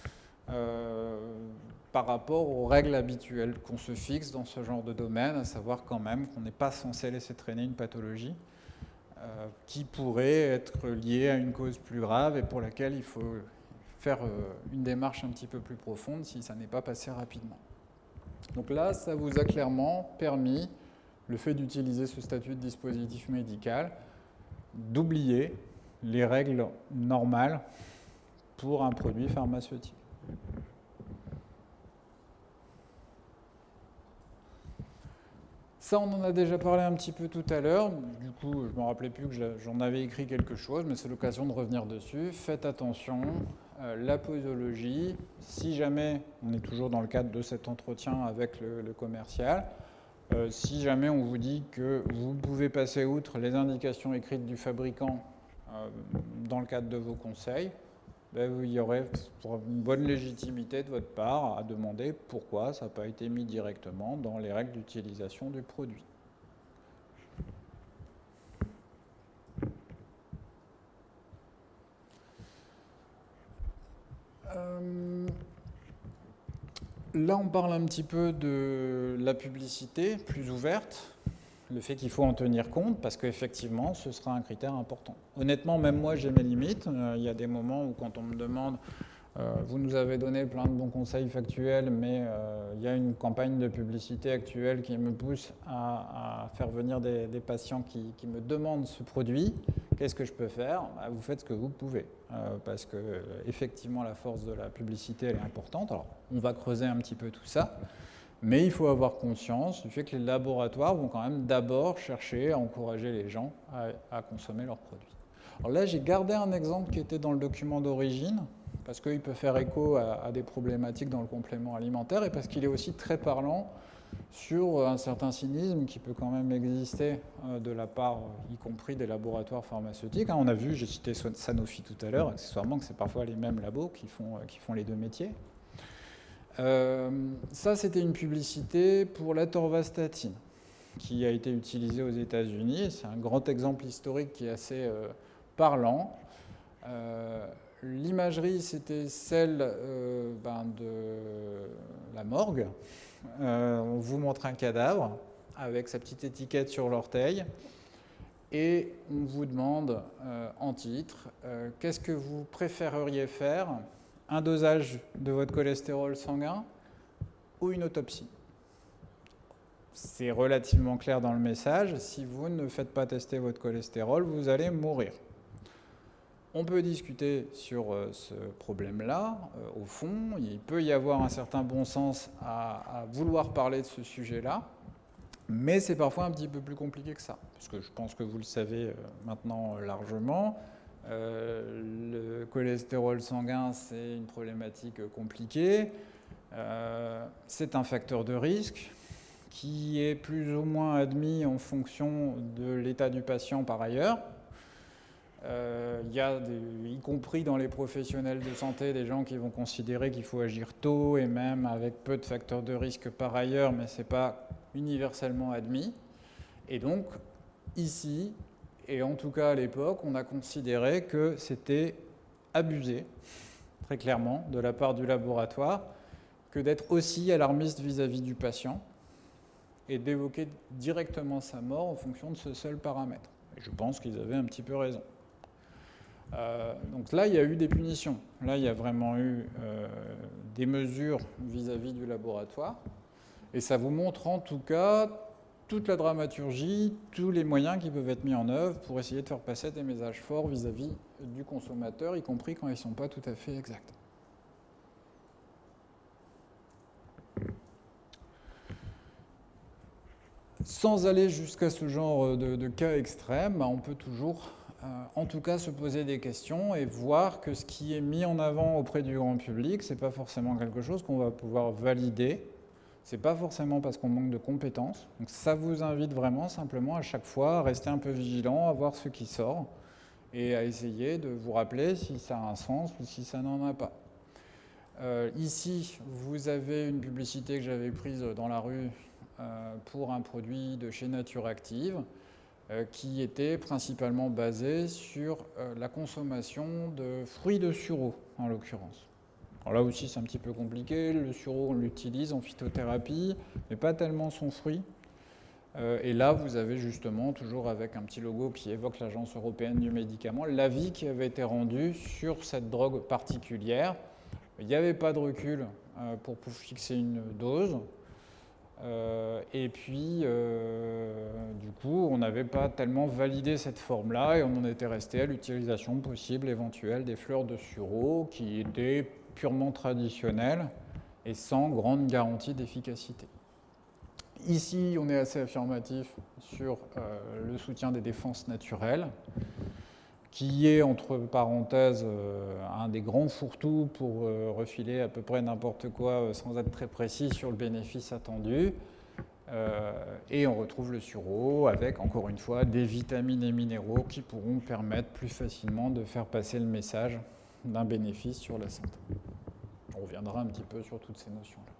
par rapport aux règles habituelles qu'on se fixe dans ce genre de domaine, à savoir quand même qu'on n'est pas censé laisser traîner une pathologie qui pourrait être liée à une cause plus grave et pour laquelle il faut faire une démarche un petit peu plus profonde si ça n'est pas passé rapidement. Donc là, ça vous a clairement permis, le fait d'utiliser ce statut de dispositif médical, d'oublier les règles normales pour un produit pharmaceutique. Ça, on en a déjà parlé un petit peu tout à l'heure. Du coup, je ne me rappelais plus que j'en avais écrit quelque chose, mais c'est l'occasion de revenir dessus. Faites attention, la posologie, si jamais, on est toujours dans le cadre de cet entretien avec le commercial, si jamais on vous dit que vous pouvez passer outre les indications écrites du fabricant dans le cadre de vos conseils, il y aurait une bonne légitimité de votre part à demander pourquoi ça n'a pas été mis directement dans les règles d'utilisation du produit. Là, on parle un petit peu de la publicité plus ouverte, le fait qu'il faut en tenir compte, parce qu'effectivement, ce sera un critère important. Honnêtement, même moi, j'ai mes limites. Il y a des moments où, quand on me demande Vous nous avez donné plein de bons conseils factuels, mais il y a une campagne de publicité actuelle qui me pousse à faire venir des patients qui me demandent ce produit. Qu'est-ce que je peux faire? Vous faites ce que vous pouvez, parce que effectivement la force de la publicité elle est importante. Alors on va creuser un petit peu tout ça, mais il faut avoir conscience du fait que les laboratoires vont quand même d'abord chercher à encourager les gens à consommer leurs produits. Alors là j'ai gardé un exemple qui était dans le document d'origine, parce qu'il peut faire écho à des problématiques dans le complément alimentaire et parce qu'il est aussi très parlant sur un certain cynisme qui peut quand même exister de la part, y compris des laboratoires pharmaceutiques. On a vu, j'ai cité Sanofi tout à l'heure, accessoirement que c'est parfois les mêmes labos qui font les deux métiers. Ça, c'était une publicité pour l'atorvastatine qui a été utilisée aux États-Unis. C'est un grand exemple historique qui est assez parlant. L'imagerie, c'était celle de la morgue. On vous montre un cadavre avec sa petite étiquette sur l'orteil et on vous demande en titre qu'est-ce que vous préféreriez faire, un dosage de votre cholestérol sanguin ou une autopsie. C'est relativement clair dans le message, si vous ne faites pas tester votre cholestérol, vous allez mourir. On peut discuter sur ce problème-là. Au fond, il peut y avoir un certain bon sens à vouloir parler de ce sujet-là, mais c'est parfois un petit peu plus compliqué que ça, parce que je pense que vous le savez maintenant largement. Le cholestérol sanguin, c'est une problématique compliquée. C'est un facteur de risque qui est plus ou moins admis en fonction de l'état du patient par ailleurs. Il y a, y compris dans les professionnels de santé, des gens qui vont considérer qu'il faut agir tôt et même avec peu de facteurs de risque par ailleurs, mais ce n'est pas universellement admis. Et donc, ici, et en tout cas à l'époque, on a considéré que c'était abusé, très clairement, de la part du laboratoire, que d'être aussi alarmiste vis-à-vis du patient et d'évoquer directement sa mort en fonction de ce seul paramètre. Et je pense qu'ils avaient un petit peu raison. Donc là, il y a eu des punitions. Là, il y a vraiment eu des mesures vis-à-vis du laboratoire. Et ça vous montre en tout cas toute la dramaturgie, tous les moyens qui peuvent être mis en œuvre pour essayer de faire passer des messages forts vis-à-vis du consommateur, y compris quand ils ne sont pas tout à fait exacts. Sans aller jusqu'à ce genre de cas extrêmes, on peut toujours en tout cas se poser des questions et voir que ce qui est mis en avant auprès du grand public, ce n'est pas forcément quelque chose qu'on va pouvoir valider. Ce n'est pas forcément parce qu'on manque de compétences. Donc ça vous invite vraiment simplement à chaque fois à rester un peu vigilant, à voir ce qui sort et à essayer de vous rappeler si ça a un sens ou si ça n'en a pas. Ici, vous avez une publicité que j'avais prise dans la rue pour un produit de chez Nature Active qui était principalement basé sur la consommation de fruits de sureau, en l'occurrence. Alors là aussi, c'est un petit peu compliqué. Le sureau, on l'utilise en phytothérapie, mais pas tellement son fruit. Et là, vous avez justement, toujours avec un petit logo qui évoque l'Agence européenne du médicament, l'avis qui avait été rendu sur cette drogue particulière. Il n'y avait pas de recul pour fixer une dose. Et puis, du coup, on n'avait pas tellement validé cette forme-là et on en était resté à l'utilisation possible, éventuelle, des fleurs de sureau qui étaient purement traditionnelles et sans grande garantie d'efficacité. Ici, on est assez affirmatif sur le soutien des défenses naturelles, qui est, entre parenthèses, un des grands fourre-tout pour refiler à peu près n'importe quoi sans être très précis sur le bénéfice attendu. Et on retrouve le sureau avec, encore une fois, des vitamines et minéraux qui pourront permettre plus facilement de faire passer le message d'un bénéfice sur la santé. On reviendra un petit peu sur toutes ces notions-là.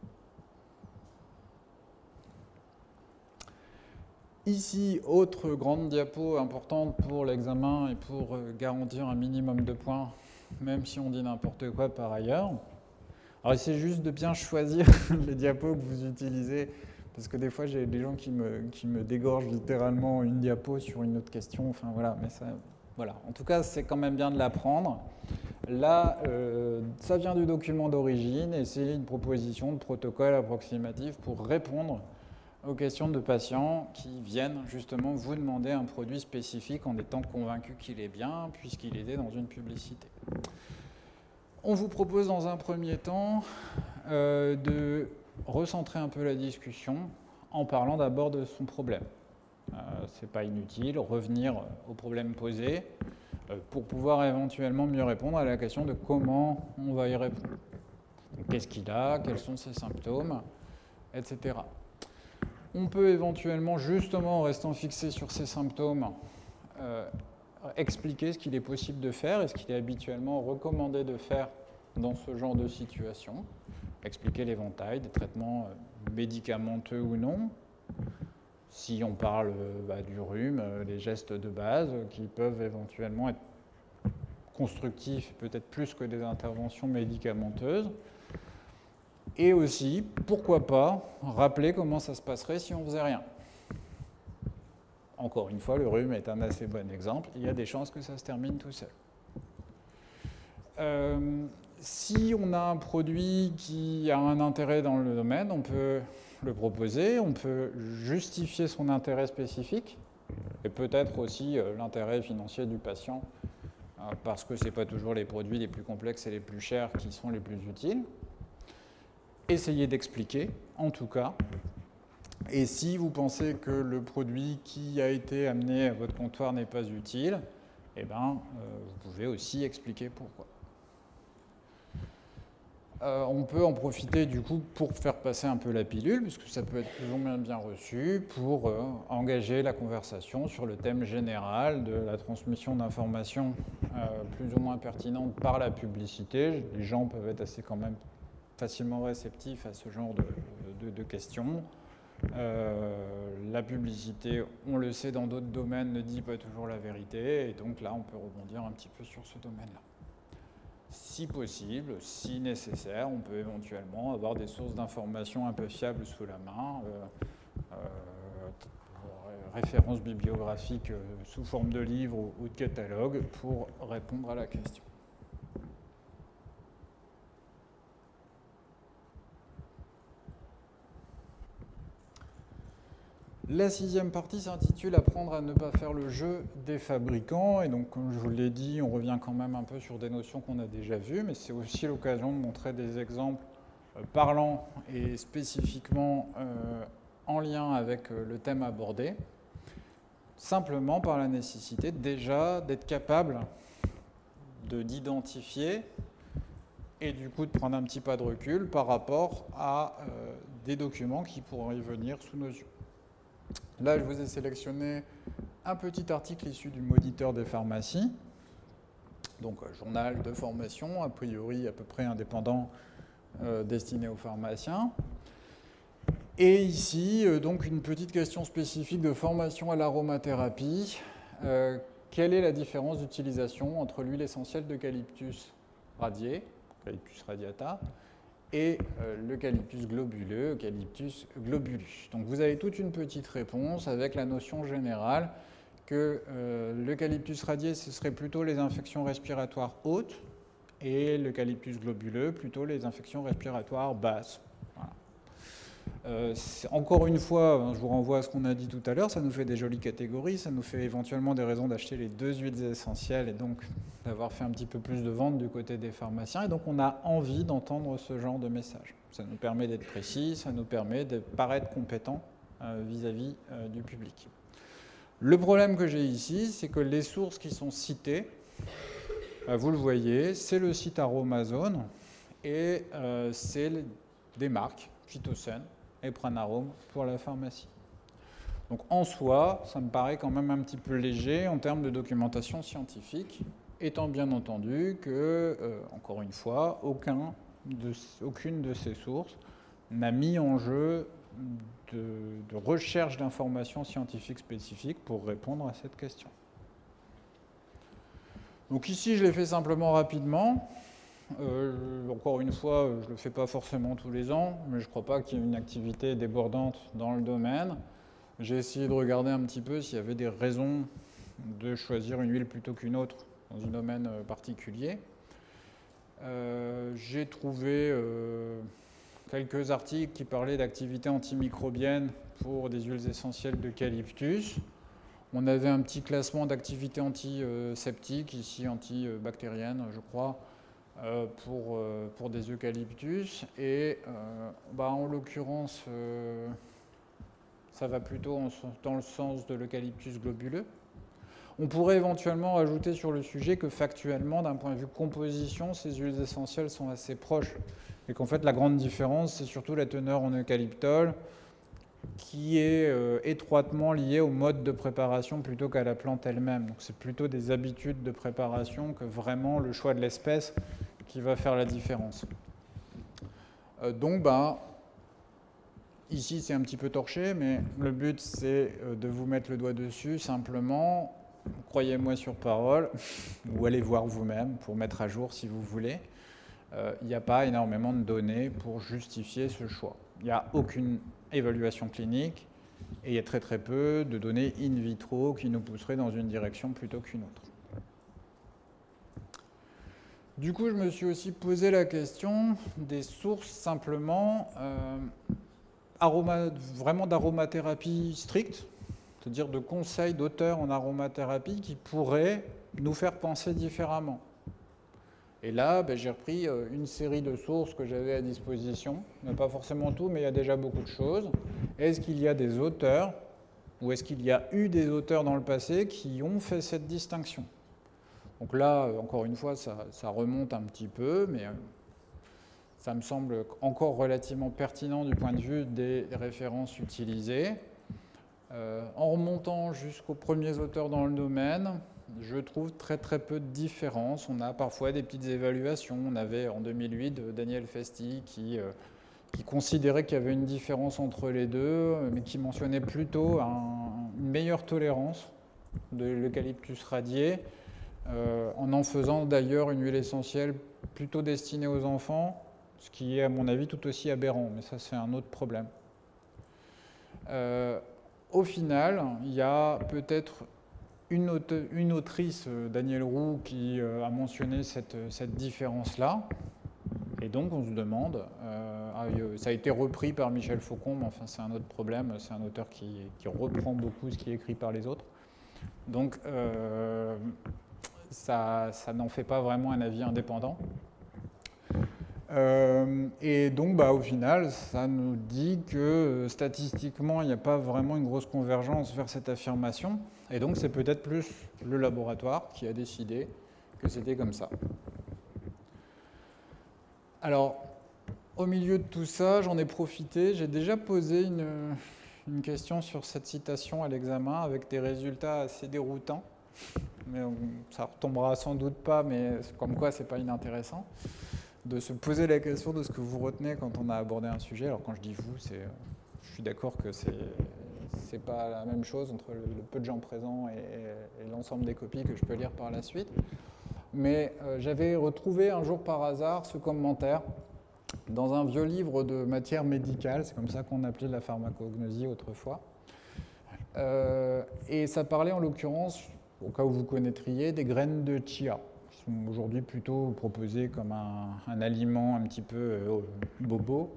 Ici, autre grande diapo importante pour l'examen et pour garantir un minimum de points, même si on dit n'importe quoi par ailleurs. Alors, essayez juste de bien choisir les diapos que vous utilisez, parce que des fois, j'ai des gens qui me dégorgent littéralement une diapo sur une autre question. Enfin, voilà, mais ça, voilà. En tout cas, c'est quand même bien de l'apprendre. Là, ça vient du document d'origine et c'est une proposition de protocole approximatif pour répondre aux questions de patients qui viennent justement vous demander un produit spécifique en étant convaincus qu'il est bien puisqu'il était dans une publicité. On vous propose dans un premier temps de recentrer un peu la discussion en parlant d'abord de son problème. C'est pas inutile, revenir au problème posé pour pouvoir éventuellement mieux répondre à la question de comment on va y répondre. Qu'est-ce qu'il a, quels sont ses symptômes, etc. On peut éventuellement, justement en restant fixé sur ces symptômes, expliquer ce qu'il est possible de faire et ce qu'il est habituellement recommandé de faire dans ce genre de situation, expliquer l'éventail des traitements médicamenteux ou non, si on parle du rhume, les gestes de base qui peuvent éventuellement être constructifs, peut-être plus que des interventions médicamenteuses, et aussi, pourquoi pas, rappeler comment ça se passerait si on ne faisait rien. Encore une fois, le rhume est un assez bon exemple. Il y a des chances que ça se termine tout seul. Si on a un produit qui a un intérêt dans le domaine, on peut le proposer, on peut justifier son intérêt spécifique et peut-être aussi l'intérêt financier du patient parce que ce n'est pas toujours les produits les plus complexes et les plus chers qui sont les plus utiles. Essayez d'expliquer, en tout cas. Et si vous pensez que le produit qui a été amené à votre comptoir n'est pas utile, eh ben, vous pouvez aussi expliquer pourquoi. On peut en profiter du coup pour faire passer un peu la pilule, puisque ça peut être plus ou moins bien reçu, pour engager la conversation sur le thème général de la transmission d'informations plus ou moins pertinentes par la publicité. Les gens peuvent être assez quand même facilement réceptifs à ce genre de questions. La publicité, on le sait dans d'autres domaines, ne dit pas toujours la vérité, et donc là on peut rebondir un petit peu sur ce domaine-là. Si possible, si nécessaire, on peut éventuellement avoir des sources d'informations un peu fiables sous la main, références bibliographiques sous forme de livres ou de catalogue pour répondre à la question. La sixième partie s'intitule « Apprendre à ne pas faire le jeu des fabricants ». Et donc, comme je vous l'ai dit, on revient quand même un peu sur des notions qu'on a déjà vues, mais c'est aussi l'occasion de montrer des exemples parlants et spécifiquement en lien avec le thème abordé, simplement par la nécessité déjà d'être capable d'identifier et du coup de prendre un petit pas de recul par rapport à des documents qui pourraient y venir sous nos yeux. Là, je vous ai sélectionné un petit article issu du Moniteur des pharmacies, donc un journal de formation, a priori à peu près indépendant, destiné aux pharmaciens. Et ici, donc une petite question spécifique de formation à l'aromathérapie. Quelle est la différence d'utilisation entre l'huile essentielle d'eucalyptus radié, Eucalyptus radiata, et l'eucalyptus globuleux, Eucalyptus globulus. Donc vous avez toute une petite réponse avec la notion générale que l'eucalyptus radié, ce serait plutôt les infections respiratoires hautes et l'eucalyptus globuleux, plutôt les infections respiratoires basses. Voilà. Encore une fois, je vous renvoie à ce qu'on a dit tout à l'heure, ça nous fait des jolies catégories, ça nous fait éventuellement des raisons d'acheter les deux huiles essentielles et donc d'avoir fait un petit peu plus de ventes du côté des pharmaciens. Et donc on a envie d'entendre ce genre de message. Ça nous permet d'être précis, ça nous permet de paraître compétent vis-à-vis du public. Le problème que j'ai ici, c'est que les sources qui sont citées, vous le voyez, c'est le site Aromazone et c'est des marques, Phytocène et Pranarome pour la pharmacie. Donc en soi, ça me paraît quand même un petit peu léger en termes de documentation scientifique, étant bien entendu que, encore une fois, aucune de ces sources n'a mis en jeu de recherche d'informations scientifiques spécifiques pour répondre à cette question. Donc ici, je l'ai fait simplement rapidement. Encore une fois, je ne le fais pas forcément tous les ans, mais je ne crois pas qu'il y ait une activité débordante dans le domaine. J'ai essayé de regarder un petit peu s'il y avait des raisons de choisir une huile plutôt qu'une autre dans un domaine particulier. J'ai trouvé quelques articles qui parlaient d'activité antimicrobienne pour des huiles essentielles d'eucalyptus. On avait un petit classement d'activité antiseptique, ici antibactérienne, je crois, pour des eucalyptus. Et en l'occurrence, ça va plutôt dans le sens de l'eucalyptus globuleux. On pourrait éventuellement ajouter sur le sujet que factuellement, d'un point de vue composition, ces huiles essentielles sont assez proches. Et qu'en fait, la grande différence, c'est surtout la teneur en eucalyptol, qui est étroitement liée au mode de préparation plutôt qu'à la plante elle-même. Donc c'est plutôt des habitudes de préparation que vraiment le choix de l'espèce qui va faire la différence. Ici c'est un petit peu torché, mais le but c'est de vous mettre le doigt dessus simplement. Croyez-moi sur parole, ou allez voir vous-même pour mettre à jour si vous voulez. Il n'y a pas énormément de données pour justifier ce choix. Il n'y a aucune évaluation clinique et il y a très très peu de données in vitro qui nous pousseraient dans une direction plutôt qu'une autre. Du coup, je me suis aussi posé la question des sources simplement vraiment d'aromathérapie stricte, c'est-à-dire de conseils d'auteurs en aromathérapie qui pourraient nous faire penser différemment. Et là, j'ai repris une série de sources que j'avais à disposition. Pas forcément tout, mais il y a déjà beaucoup de choses. Est-ce qu'il y a des auteurs, ou est-ce qu'il y a eu des auteurs dans le passé qui ont fait cette distinction? Donc là, encore une fois, ça remonte un petit peu, mais ça me semble encore relativement pertinent du point de vue des références utilisées. En remontant jusqu'aux premiers auteurs dans le domaine, je trouve très très peu de différences. On a parfois des petites évaluations. On avait en 2008 Daniel Festi qui considérait qu'il y avait une différence entre les deux, mais qui mentionnait plutôt une meilleure tolérance de l'eucalyptus radié, en faisant d'ailleurs une huile essentielle plutôt destinée aux enfants, ce qui est à mon avis tout aussi aberrant, mais ça c'est un autre problème. Au final, il y a peut-être une autrice, Danielle Roux, qui a mentionné cette différence-là. Et donc, on se demande, ça a été repris par Michel Faucon, mais enfin, c'est un autre problème. C'est un auteur qui reprend beaucoup ce qui est écrit par les autres. Donc, ça n'en fait pas vraiment un avis indépendant. Et donc, au final, ça nous dit que statistiquement, il n'y a pas vraiment une grosse convergence vers cette affirmation. Et donc, c'est peut-être plus le laboratoire qui a décidé que c'était comme ça. Alors, au milieu de tout ça, j'en ai profité. J'ai déjà posé une question sur cette citation à l'examen avec des résultats assez déroutants. Mais ça ne retombera sans doute pas, mais comme quoi, ce n'est pas inintéressant de se poser la question de ce que vous retenez quand on a abordé un sujet. Alors quand je dis vous, je suis d'accord que c'est pas la même chose entre le peu de gens présents et l'ensemble des copies que je peux lire par la suite. Mais j'avais retrouvé un jour par hasard ce commentaire dans un vieux livre de matière médicale, c'est comme ça qu'on appelait la pharmacognosie autrefois. Et ça parlait en l'occurrence, au cas où vous connaîtriez, des graines de chia, qui sont aujourd'hui plutôt proposées comme un aliment un petit peu bobo,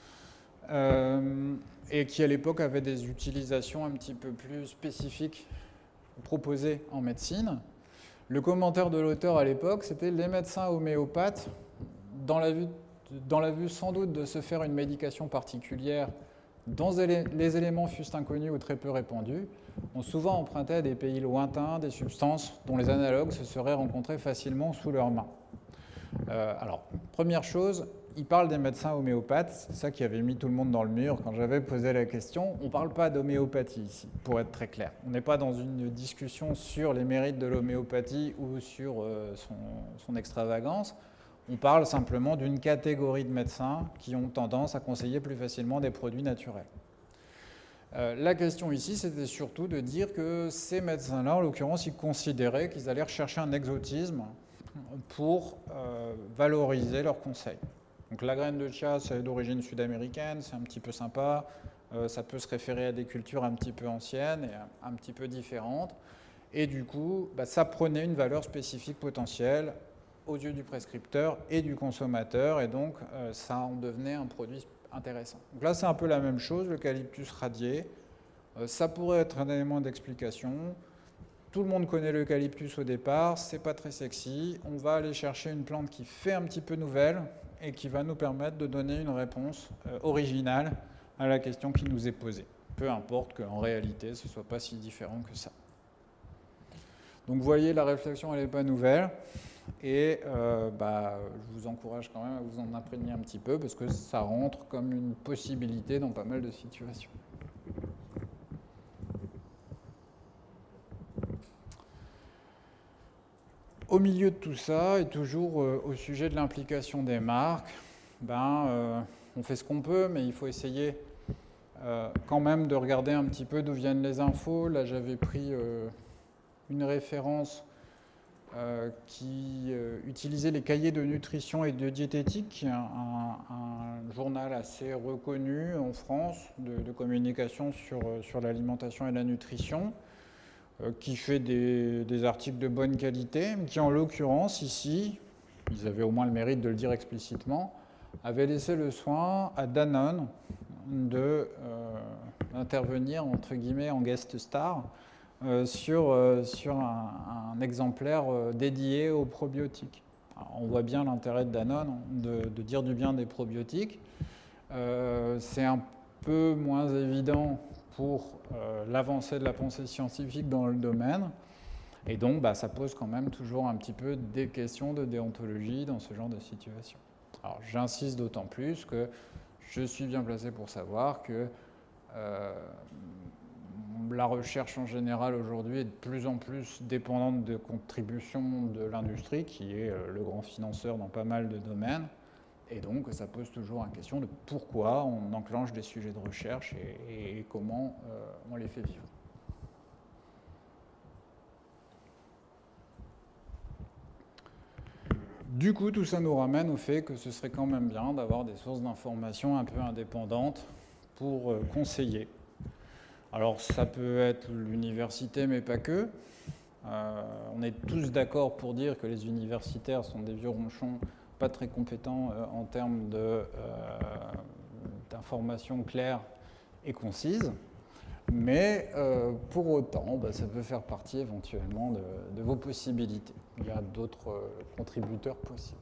et qui à l'époque avaient des utilisations un petit peu plus spécifiques proposées en médecine. Le commentaire de l'auteur à l'époque, c'était les médecins homéopathes, dans la vue sans doute de se faire une médication particulière dont les éléments fussent inconnus ou très peu répandus, ont souvent emprunté à des pays lointains des substances dont les analogues se seraient rencontrés facilement sous leurs mains. Alors, première chose, il parle des médecins homéopathes, c'est ça qui avait mis tout le monde dans le mur quand j'avais posé la question. On ne parle pas d'homéopathie ici, pour être très clair. On n'est pas dans une discussion sur les mérites de l'homéopathie ou sur son extravagance. On parle simplement d'une catégorie de médecins qui ont tendance à conseiller plus facilement des produits naturels. La question ici, c'était surtout de dire que ces médecins-là, en l'occurrence, ils considéraient qu'ils allaient rechercher un exotisme pour valoriser leurs conseils. Donc la graine de chia, c'est d'origine sud-américaine, c'est un petit peu sympa, ça peut se référer à des cultures un petit peu anciennes et un petit peu différentes. Et du coup, ça prenait une valeur spécifique potentielle aux yeux du prescripteur et du consommateur, et donc ça en devenait un produit intéressant. Donc là, c'est un peu la même chose, l'eucalyptus radié. Ça pourrait être un élément d'explication. Tout le monde connaît l'eucalyptus au départ, c'est pas très sexy. On va aller chercher une plante qui fait un petit peu nouvelle et qui va nous permettre de donner une réponse originale à la question qui nous est posée. Peu importe qu'en réalité, ce ne soit pas si différent que ça. Donc vous voyez, la réflexion, elle n'est pas nouvelle. Et je vous encourage quand même à vous en imprégner un petit peu parce que ça rentre comme une possibilité dans pas mal de situations. Au milieu de tout ça, et toujours au sujet de l'implication des marques, on fait ce qu'on peut, mais il faut essayer quand même de regarder un petit peu d'où viennent les infos. Là, j'avais pris une référence qui utilisait les cahiers de nutrition et de diététique, qui est un journal assez reconnu en France de communication sur l'alimentation et la nutrition, qui fait des articles de bonne qualité, qui en l'occurrence ici, ils avaient au moins le mérite de le dire explicitement, avait laissé le soin à Danone d'intervenir entre guillemets en guest star sur un exemplaire dédié aux probiotiques. Alors, on voit bien l'intérêt de Danone de dire du bien des probiotiques. C'est un peu moins évident pour l'avancée de la pensée scientifique dans le domaine. Et donc, ça pose quand même toujours un petit peu des questions de déontologie dans ce genre de situation. Alors, j'insiste d'autant plus que je suis bien placé pour savoir que la recherche en général aujourd'hui est de plus en plus dépendante de contributions de l'industrie, qui est le grand financeur dans pas mal de domaines. Et donc, ça pose toujours une question de pourquoi on enclenche des sujets de recherche et comment on les fait vivre. Du coup, tout ça nous ramène au fait que ce serait quand même bien d'avoir des sources d'informations un peu indépendantes pour conseiller. Alors, ça peut être l'université, mais pas que. On est tous d'accord pour dire que les universitaires sont des vieux ronchons pas très compétents en termes d'informations claires et concises. Mais pour autant, ça peut faire partie éventuellement de vos possibilités. Il y a d'autres contributeurs possibles.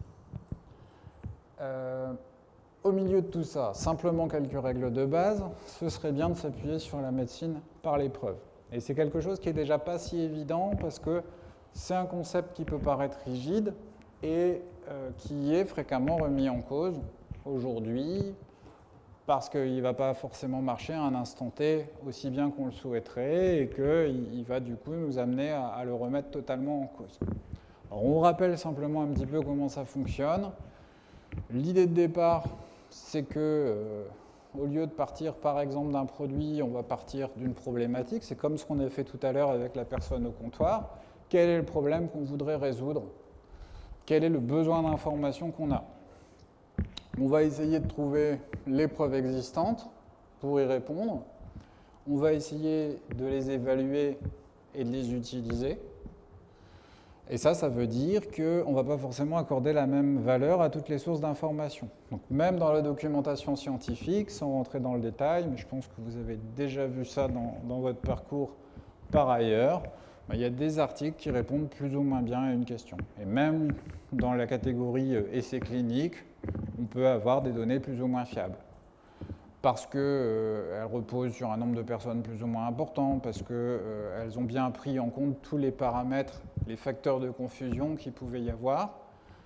Au milieu de tout ça, simplement quelques règles de base, ce serait bien de s'appuyer sur la médecine par l'épreuve. Et c'est quelque chose qui est déjà pas si évident parce que c'est un concept qui peut paraître rigide et qui est fréquemment remis en cause aujourd'hui parce qu'il ne va pas forcément marcher à un instant T aussi bien qu'on le souhaiterait et qu'il va du coup nous amener à le remettre totalement en cause. Alors on rappelle simplement un petit peu comment ça fonctionne. L'idée de départ, c'est que au lieu de partir par exemple d'un produit, on va partir d'une problématique. C'est comme ce qu'on a fait tout à l'heure avec la personne au comptoir. Quel est le problème qu'on voudrait résoudre? Quel est le besoin d'information qu'on a? On va essayer de trouver les preuves existantes pour y répondre. On va essayer de les évaluer et de les utiliser. Et ça veut dire qu'on ne va pas forcément accorder la même valeur à toutes les sources d'information. Donc même dans la documentation scientifique, sans rentrer dans le détail, mais je pense que vous avez déjà vu ça dans votre parcours par ailleurs, il y a des articles qui répondent plus ou moins bien à une question. Et même dans la catégorie essais cliniques, on peut avoir des données plus ou moins fiables. Parce qu'elles reposent sur un nombre de personnes plus ou moins important, parce qu'elles ont bien pris en compte tous les paramètres, les facteurs de confusion qu'il pouvait y avoir,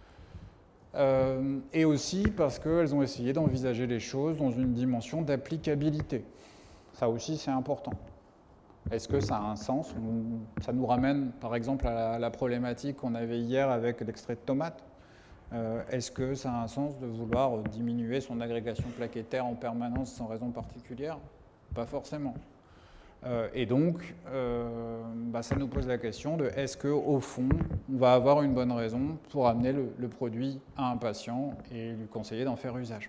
et aussi parce qu'elles ont essayé d'envisager les choses dans une dimension d'applicabilité. Ça aussi, c'est important. Est-ce que ça a un sens? Ça nous ramène, par exemple, à la problématique qu'on avait hier avec l'extrait de tomate. Est-ce que ça a un sens de vouloir diminuer son agrégation plaquettaire en permanence sans raison particulière? Pas forcément. Et donc, ça nous pose la question de est-ce qu'au fond, on va avoir une bonne raison pour amener le produit à un patient et lui conseiller d'en faire usage.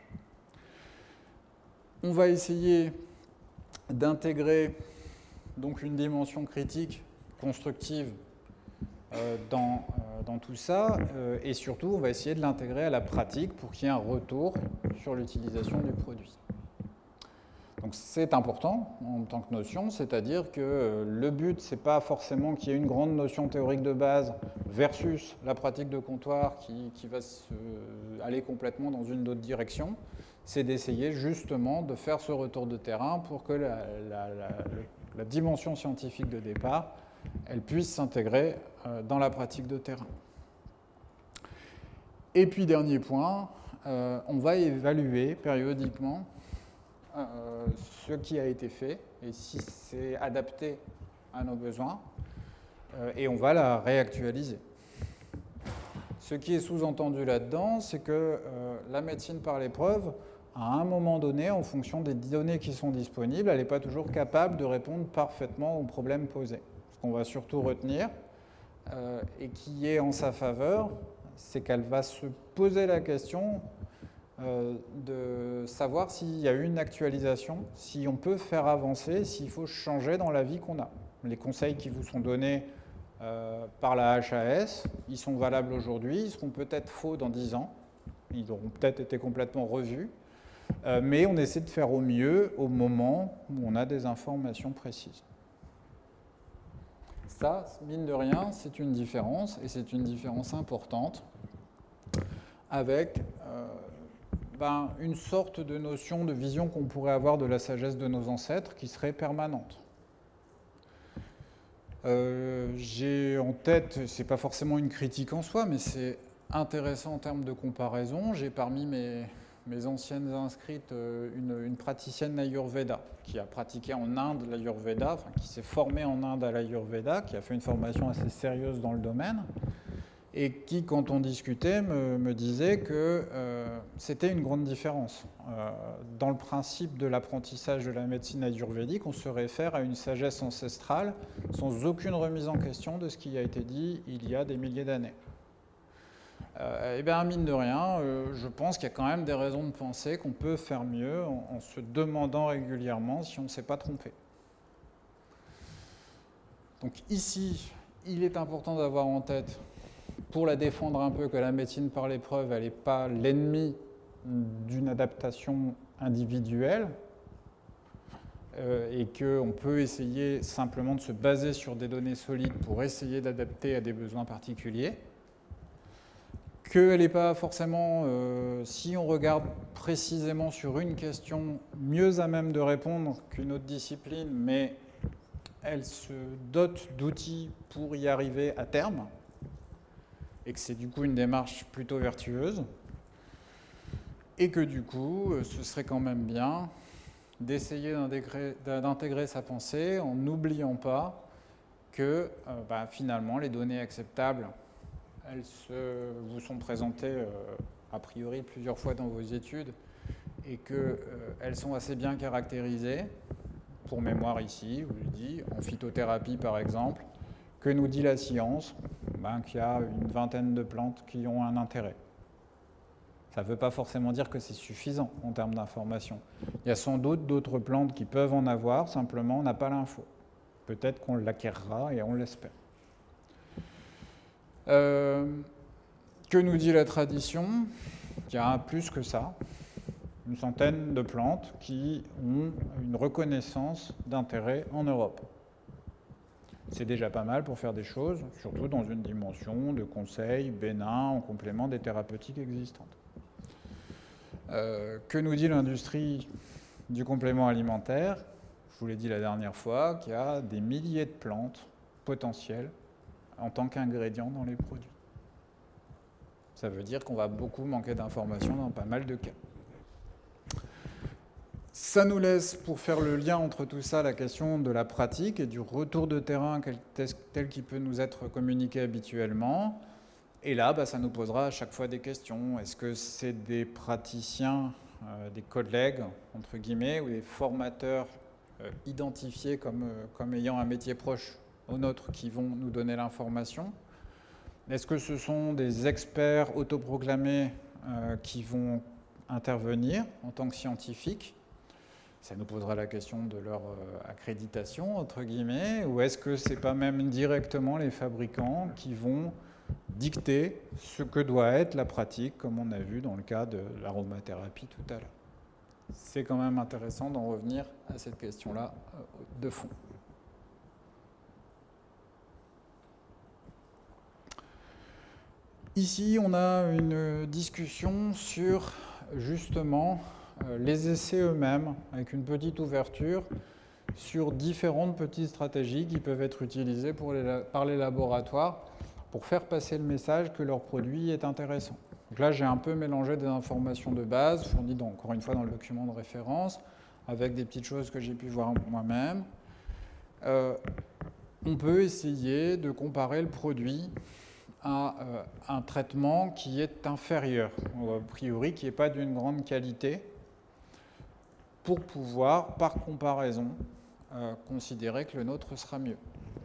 On va essayer d'intégrer donc une dimension critique, constructive, dans dans tout ça, et surtout, on va essayer de l'intégrer à la pratique pour qu'il y ait un retour sur l'utilisation du produit. Donc c'est important en tant que notion, c'est-à-dire que le but, c'est pas forcément qu'il y ait une grande notion théorique de base versus la pratique de comptoir qui va aller complètement dans une autre direction, c'est d'essayer justement de faire ce retour de terrain pour que la dimension scientifique de départ, elle puisse s'intégrer dans la pratique de terrain. Et puis dernier point, on va évaluer périodiquement ce qui a été fait et si c'est adapté à nos besoins, et on va la réactualiser. Ce qui est sous-entendu là-dedans, c'est que la médecine par l'épreuve, à un moment donné, en fonction des données qui sont disponibles, elle n'est pas toujours capable de répondre parfaitement aux problèmes posés. Ce qu'on va surtout retenir, et qui est en sa faveur, c'est qu'elle va se poser la question de savoir s'il y a eu une actualisation, si on peut faire avancer, s'il faut changer dans la vie qu'on a. Les conseils qui vous sont donnés par la HAS, ils sont valables aujourd'hui, ils seront peut-être faux dans 10 ans, ils auront peut-être été complètement revus, mais on essaie de faire au mieux au moment où on a des informations précises. Ça, mine de rien, c'est une différence, et c'est une différence importante, avec une sorte de notion de vision qu'on pourrait avoir de la sagesse de nos ancêtres qui serait permanente. J'ai en tête, c'est pas forcément une critique en soi, mais c'est intéressant en termes de comparaison. J'ai parmi mes anciennes inscrites une praticienne d'Ayurveda qui a pratiqué en Inde l'Ayurveda, enfin, qui s'est formée en Inde à l'Ayurveda, qui a fait une formation assez sérieuse dans le domaine, et qui, quand on discutait, me disait que c'était une grande différence. Dans le principe de l'apprentissage de la médecine ayurvédique, on se réfère à une sagesse ancestrale sans aucune remise en question de ce qui a été dit il y a des milliers d'années. Eh bien, mine de rien, je pense qu'il y a quand même des raisons de penser qu'on peut faire mieux en se demandant régulièrement si on ne s'est pas trompé. Donc ici, il est important d'avoir en tête, pour la défendre un peu, que la médecine par l'épreuve, elle n'est pas l'ennemi d'une adaptation individuelle, et qu'on peut essayer simplement de se baser sur des données solides pour essayer d'adapter à des besoins particuliers, qu'elle n'est pas forcément, si on regarde précisément sur une question, mieux à même de répondre qu'une autre discipline, mais elle se dote d'outils pour y arriver à terme, et que c'est du coup une démarche plutôt vertueuse, et que du coup, ce serait quand même bien d'essayer d'intégrer sa pensée en n'oubliant pas que finalement les données acceptables, elles vous sont présentées a priori plusieurs fois dans vos études, et qu'elles sont assez bien caractérisées. Pour mémoire ici, je vous le dis, en phytothérapie par exemple, que nous dit la science? Qu'il y a une vingtaine de plantes qui ont un intérêt. Ça ne veut pas forcément dire que c'est suffisant en termes d'information. Il y a sans doute d'autres plantes qui peuvent en avoir, simplement on n'a pas l'info. Peut-être qu'on l'acquérera et on l'espère. Que nous dit la tradition? Il y a plus que ça. Une centaine de plantes qui ont une reconnaissance d'intérêt en Europe. C'est déjà pas mal pour faire des choses, surtout dans une dimension de conseil bénin en complément des thérapeutiques existantes. Que nous dit l'industrie du complément alimentaire? Je vous l'ai dit la dernière fois, qu'il y a des milliers de plantes potentielles en tant qu'ingrédients dans les produits. Ça veut dire qu'on va beaucoup manquer d'informations dans pas mal de cas. Ça nous laisse, pour faire le lien entre tout ça, la question de la pratique et du retour de terrain tel qu'il peut nous être communiqué habituellement. Et là, ça nous posera à chaque fois des questions. Est-ce que c'est des praticiens, des collègues, entre guillemets, ou des formateurs identifiés comme ayant un métier proche au nôtre qui vont nous donner l'information? Est-ce que ce sont des experts autoproclamés qui vont intervenir en tant que scientifiques? Ça nous posera la question de leur accréditation, entre guillemets, ou est-ce que ce n'est pas même directement les fabricants qui vont dicter ce que doit être la pratique, comme on a vu dans le cas de l'aromathérapie tout à l'heure. C'est quand même intéressant d'en revenir à cette question-là de fond. Ici, on a une discussion sur justement les essais eux-mêmes, avec une petite ouverture sur différentes petites stratégies qui peuvent être utilisées par les laboratoires pour faire passer le message que leur produit est intéressant. Donc là, j'ai un peu mélangé des informations de base, fournies encore une fois dans le document de référence, avec des petites choses que j'ai pu voir moi-même. On peut essayer de comparer le produit à un traitement qui est inférieur, a priori qui n'est pas d'une grande qualité, pour pouvoir, par comparaison, considérer que le nôtre sera mieux.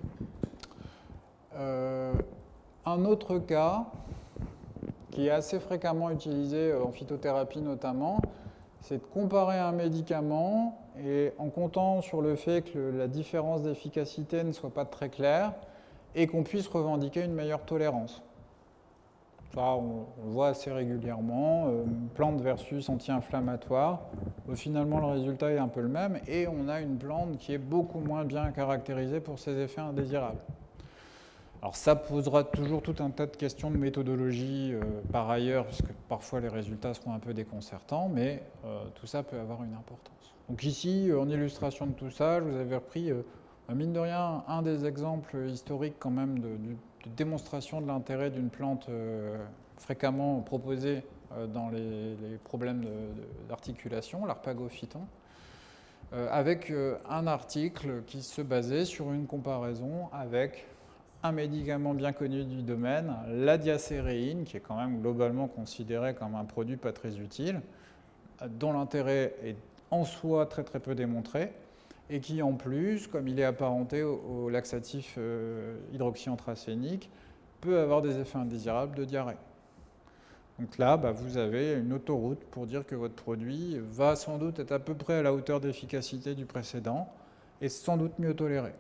Un autre cas, qui est assez fréquemment utilisé en phytothérapie notamment, c'est de comparer un médicament et en comptant sur le fait que la différence d'efficacité ne soit pas très claire et qu'on puisse revendiquer une meilleure tolérance. Ça, on le voit assez régulièrement, plante versus anti-inflammatoire. Finalement, le résultat est un peu le même et on a une plante qui est beaucoup moins bien caractérisée pour ses effets indésirables. Alors ça posera toujours tout un tas de questions de méthodologie par ailleurs, parce que parfois les résultats seront un peu déconcertants, mais tout ça peut avoir une importance. Donc ici, en illustration de tout ça, je vous avais repris, mine de rien, un des exemples historiques quand même de démonstration de l'intérêt d'une plante fréquemment proposée dans les problèmes d'articulation, l'arpagophyton, avec un article qui se basait sur une comparaison avec un médicament bien connu du domaine, la diacéréine, qui est quand même globalement considéré comme un produit pas très utile, dont l'intérêt est en soi très très peu démontré, et qui en plus, comme il est apparenté au laxatif hydroxyanthracénique, peut avoir des effets indésirables de diarrhée. Donc là, vous avez une autoroute pour dire que votre produit va sans doute être à peu près à la hauteur d'efficacité du précédent, et sans doute mieux toléré.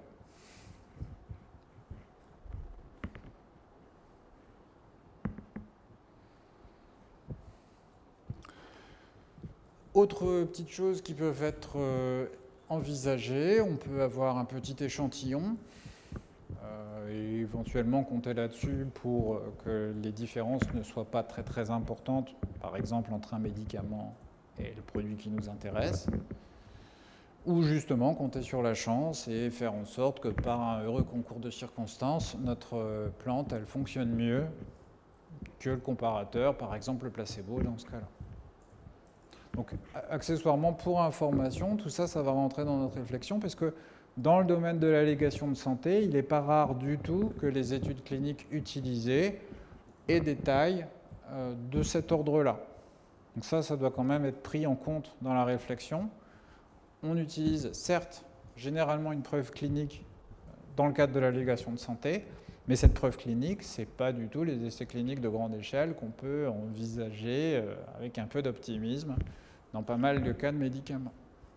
Autre petite chose qui peuvent être envisagées, on peut avoir un petit échantillon et éventuellement compter là-dessus pour que les différences ne soient pas très très importantes, par exemple entre un médicament et le produit qui nous intéresse, ou justement compter sur la chance et faire en sorte que par un heureux concours de circonstances, notre plante elle fonctionne mieux que le comparateur, par exemple le placebo dans ce cas-là. Donc, accessoirement, pour information, tout ça, ça va rentrer dans notre réflexion, parce que dans le domaine de l'allégation de santé, il n'est pas rare du tout que les études cliniques utilisées aient des tailles de cet ordre-là. Donc ça doit quand même être pris en compte dans la réflexion. On utilise, certes, généralement une preuve clinique dans le cadre de l'allégation de santé, mais cette preuve clinique, ce n'est pas du tout les essais cliniques de grande échelle qu'on peut envisager avec un peu d'optimisme dans pas mal de cas de médicaments.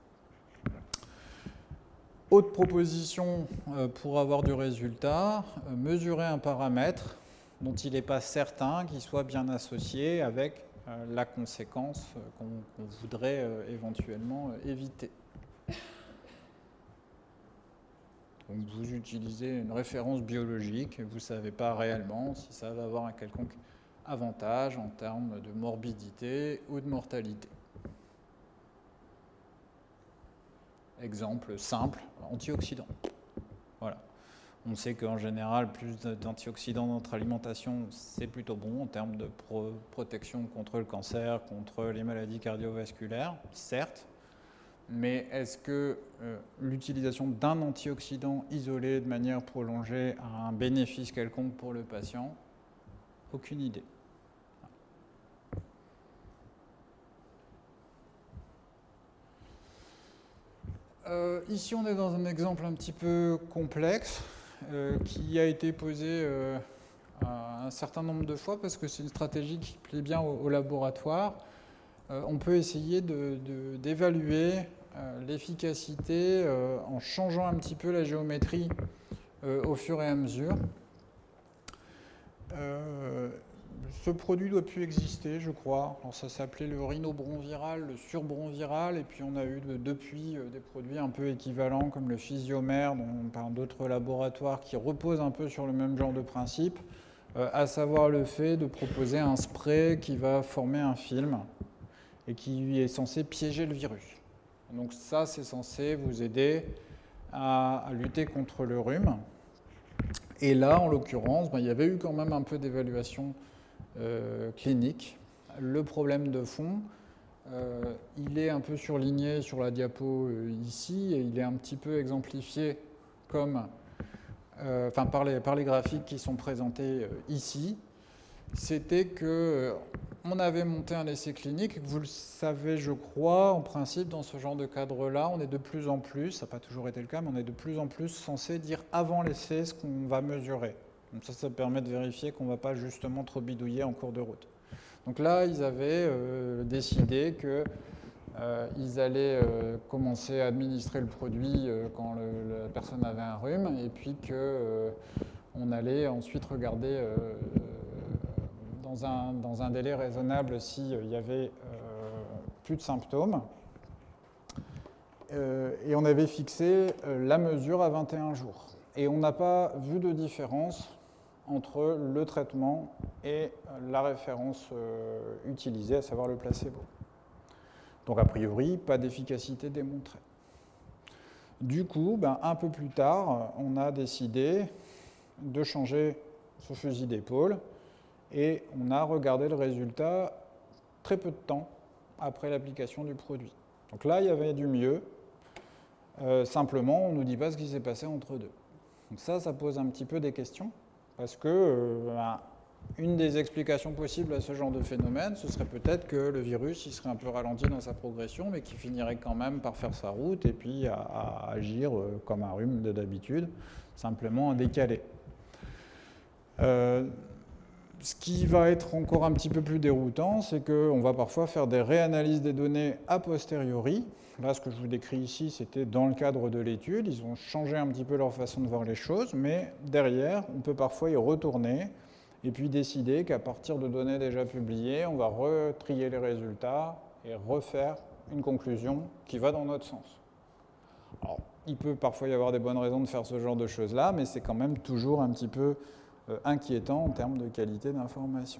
Autre proposition pour avoir du résultat, mesurer un paramètre dont il n'est pas certain qu'il soit bien associé avec la conséquence qu'on voudrait éventuellement éviter. Donc vous utilisez une référence biologique et vous ne savez pas réellement si ça va avoir un quelconque avantage en termes de morbidité ou de mortalité. Exemple simple, antioxydants. Voilà. On sait qu'en général, plus d'antioxydants dans notre alimentation, c'est plutôt bon en termes de protection contre le cancer, contre les maladies cardiovasculaires, certes. Mais est-ce que l'utilisation d'un antioxydant isolé de manière prolongée a un bénéfice quelconque pour le patient? Aucune idée. Ici, on est dans un exemple un petit peu complexe qui a été posé un certain nombre de fois parce que c'est une stratégie qui plaît bien au laboratoire. On peut essayer d'évaluer l'efficacité en changeant un petit peu la géométrie au fur et à mesure. Ce produit doit plus exister, je crois. Alors, ça s'appelait le rhinobronviral, le surbronviral, et puis on a eu depuis des produits un peu équivalents comme le physiomère, par d'autres laboratoires qui reposent un peu sur le même genre de principe, à savoir le fait de proposer un spray qui va former un film et qui est censé piéger le virus. Donc ça, c'est censé vous aider à lutter contre le rhume. Et là, en l'occurrence, il y avait eu quand même un peu d'évaluation clinique. Le problème de fond, il est un peu surligné sur la diapo ici, et il est un petit peu exemplifié comme, par les graphiques qui sont présentés ici. C'était que on avait monté un essai clinique, vous le savez je crois, en principe dans ce genre de cadre-là, on est de plus en plus, ça n'a pas toujours été le cas, mais on est de plus en plus censé dire avant l'essai ce qu'on va mesurer. Donc ça permet de vérifier qu'on ne va pas justement trop bidouiller en cours de route. Donc là, ils avaient décidé qu'ils allaient commencer à administrer le produit quand la personne avait un rhume, et puis qu'on allait ensuite regarder dans un délai raisonnable s'il y avait plus de symptômes. Et on avait fixé la mesure à 21 jours. Et on n'a pas vu de différence entre le traitement et la référence utilisée, à savoir le placebo. Donc a priori, pas d'efficacité démontrée. Du coup, un peu plus tard, on a décidé de changer ce fusil d'épaule et on a regardé le résultat très peu de temps après l'application du produit. Donc là, il y avait du mieux. Simplement, on ne nous dit pas ce qui s'est passé entre deux. Donc ça pose un petit peu des questions, parce que une des explications possibles à ce genre de phénomène, ce serait peut-être que le virus il serait un peu ralenti dans sa progression, mais qui finirait quand même par faire sa route et puis à agir comme un rhume de d'habitude, simplement en décalé. Ce qui va être encore un petit peu plus déroutant, c'est qu'on va parfois faire des réanalyses des données a posteriori. Là, ce que je vous décris ici, c'était dans le cadre de l'étude. Ils ont changé un petit peu leur façon de voir les choses, mais derrière, on peut parfois y retourner et puis décider qu'à partir de données déjà publiées, on va retrier les résultats et refaire une conclusion qui va dans notre sens. Alors, il peut parfois y avoir des bonnes raisons de faire ce genre de choses-là, mais c'est quand même toujours un petit peu inquiétant en termes de qualité d'information.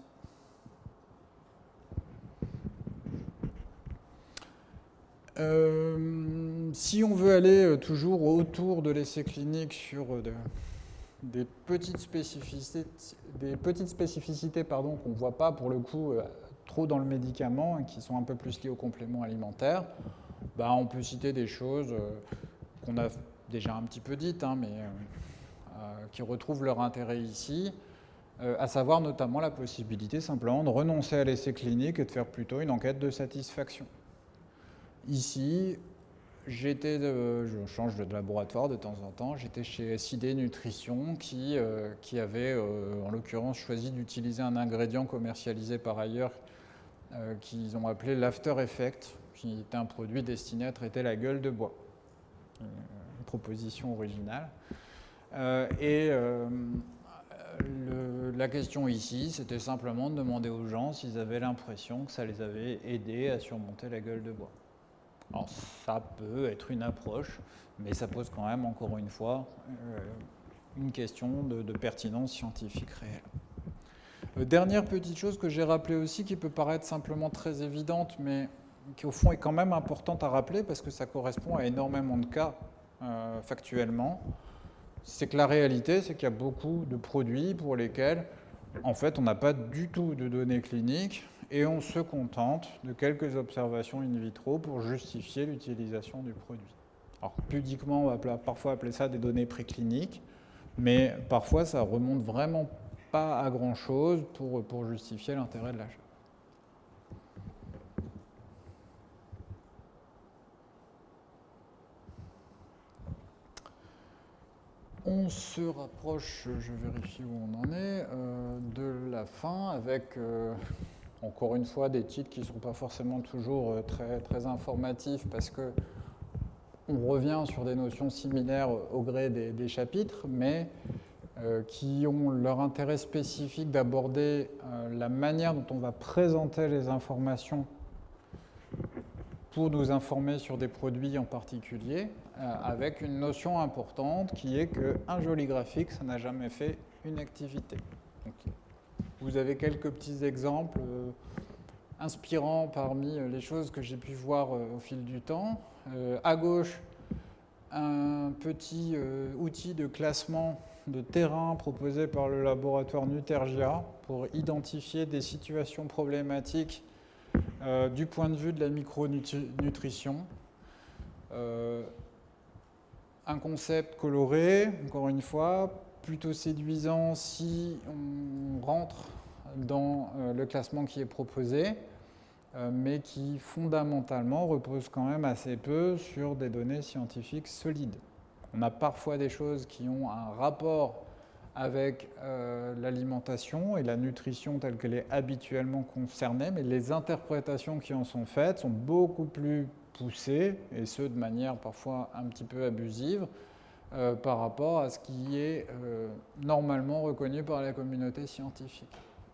Si on veut aller toujours autour de l'essai clinique sur des petites spécificités qu'on ne voit pas pour le coup trop dans le médicament et qui sont un peu plus liées aux compléments alimentaires, on peut citer des choses qu'on a déjà un petit peu dites, mais qui retrouvent leur intérêt ici, à savoir notamment la possibilité simplement de renoncer à l'essai clinique et de faire plutôt une enquête de satisfaction. Ici, je change de laboratoire de temps en temps, j'étais chez SID Nutrition qui avait en l'occurrence choisi d'utiliser un ingrédient commercialisé par ailleurs qu'ils ont appelé l'After Effect, qui était un produit destiné à traiter la gueule de bois. Une proposition originale. La question ici, c'était simplement de demander aux gens s'ils avaient l'impression que ça les avait aidés à surmonter la gueule de bois. Alors ça peut être une approche, mais ça pose quand même, encore une fois, une question de pertinence scientifique réelle. Dernière petite chose que j'ai rappelée aussi, qui peut paraître simplement très évidente, mais qui au fond est quand même importante à rappeler, parce que ça correspond à énormément de cas factuellement, c'est que la réalité, c'est qu'il y a beaucoup de produits pour lesquels, en fait, on n'a pas du tout de données cliniques et on se contente de quelques observations in vitro pour justifier l'utilisation du produit. Alors, pudiquement, on va parfois appeler ça des données précliniques, mais parfois, ça remonte vraiment pas à grand-chose pour justifier l'intérêt de l'achat. On se rapproche, je vérifie où on en est, de la fin avec, encore une fois, des titres qui ne sont pas forcément toujours très informatifs parce qu'on revient sur des notions similaires au gré des chapitres, mais qui ont leur intérêt spécifique d'aborder la manière dont on va présenter les informations pour nous informer sur des produits en particulier, avec une notion importante qui est qu'un joli graphique, ça n'a jamais fait une activité. Donc, vous avez quelques petits exemples inspirants parmi les choses que j'ai pu voir au fil du temps. À gauche, un petit outil de classement de terrain proposé par le laboratoire Nutergia pour identifier des situations problématiques du point de vue de la micronutrition. Un concept coloré, encore une fois, plutôt séduisant si on rentre dans le classement qui est proposé, mais qui fondamentalement repose quand même assez peu sur des données scientifiques solides. On a parfois des choses qui ont un rapport avec l'alimentation et la nutrition telle qu'elle est habituellement concernée, mais les interprétations qui en sont faites sont beaucoup plus poussées, et ce de manière parfois un petit peu abusive, par rapport à ce qui est normalement reconnu par la communauté scientifique.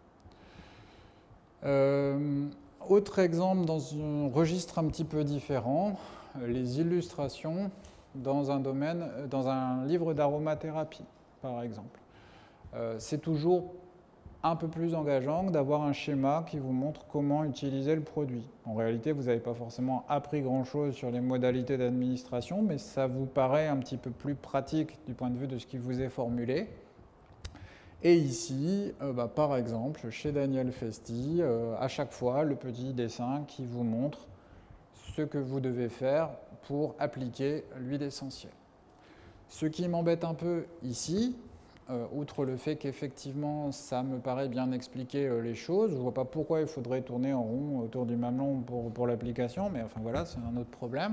Autre exemple dans un registre un petit peu différent, les illustrations dans un livre d'aromathérapie, par exemple. C'est toujours un peu plus engageant d'avoir un schéma qui vous montre comment utiliser le produit. En réalité, vous n'avez pas forcément appris grand-chose sur les modalités d'administration, mais ça vous paraît un petit peu plus pratique du point de vue de ce qui vous est formulé. Et ici, par exemple, chez Daniel Festi, à chaque fois, le petit dessin qui vous montre ce que vous devez faire pour appliquer l'huile essentielle. Ce qui m'embête un peu ici, outre le fait qu'effectivement, ça me paraît bien expliquer les choses, je ne vois pas pourquoi il faudrait tourner en rond autour du mamelon pour l'application, mais enfin voilà, c'est un autre problème.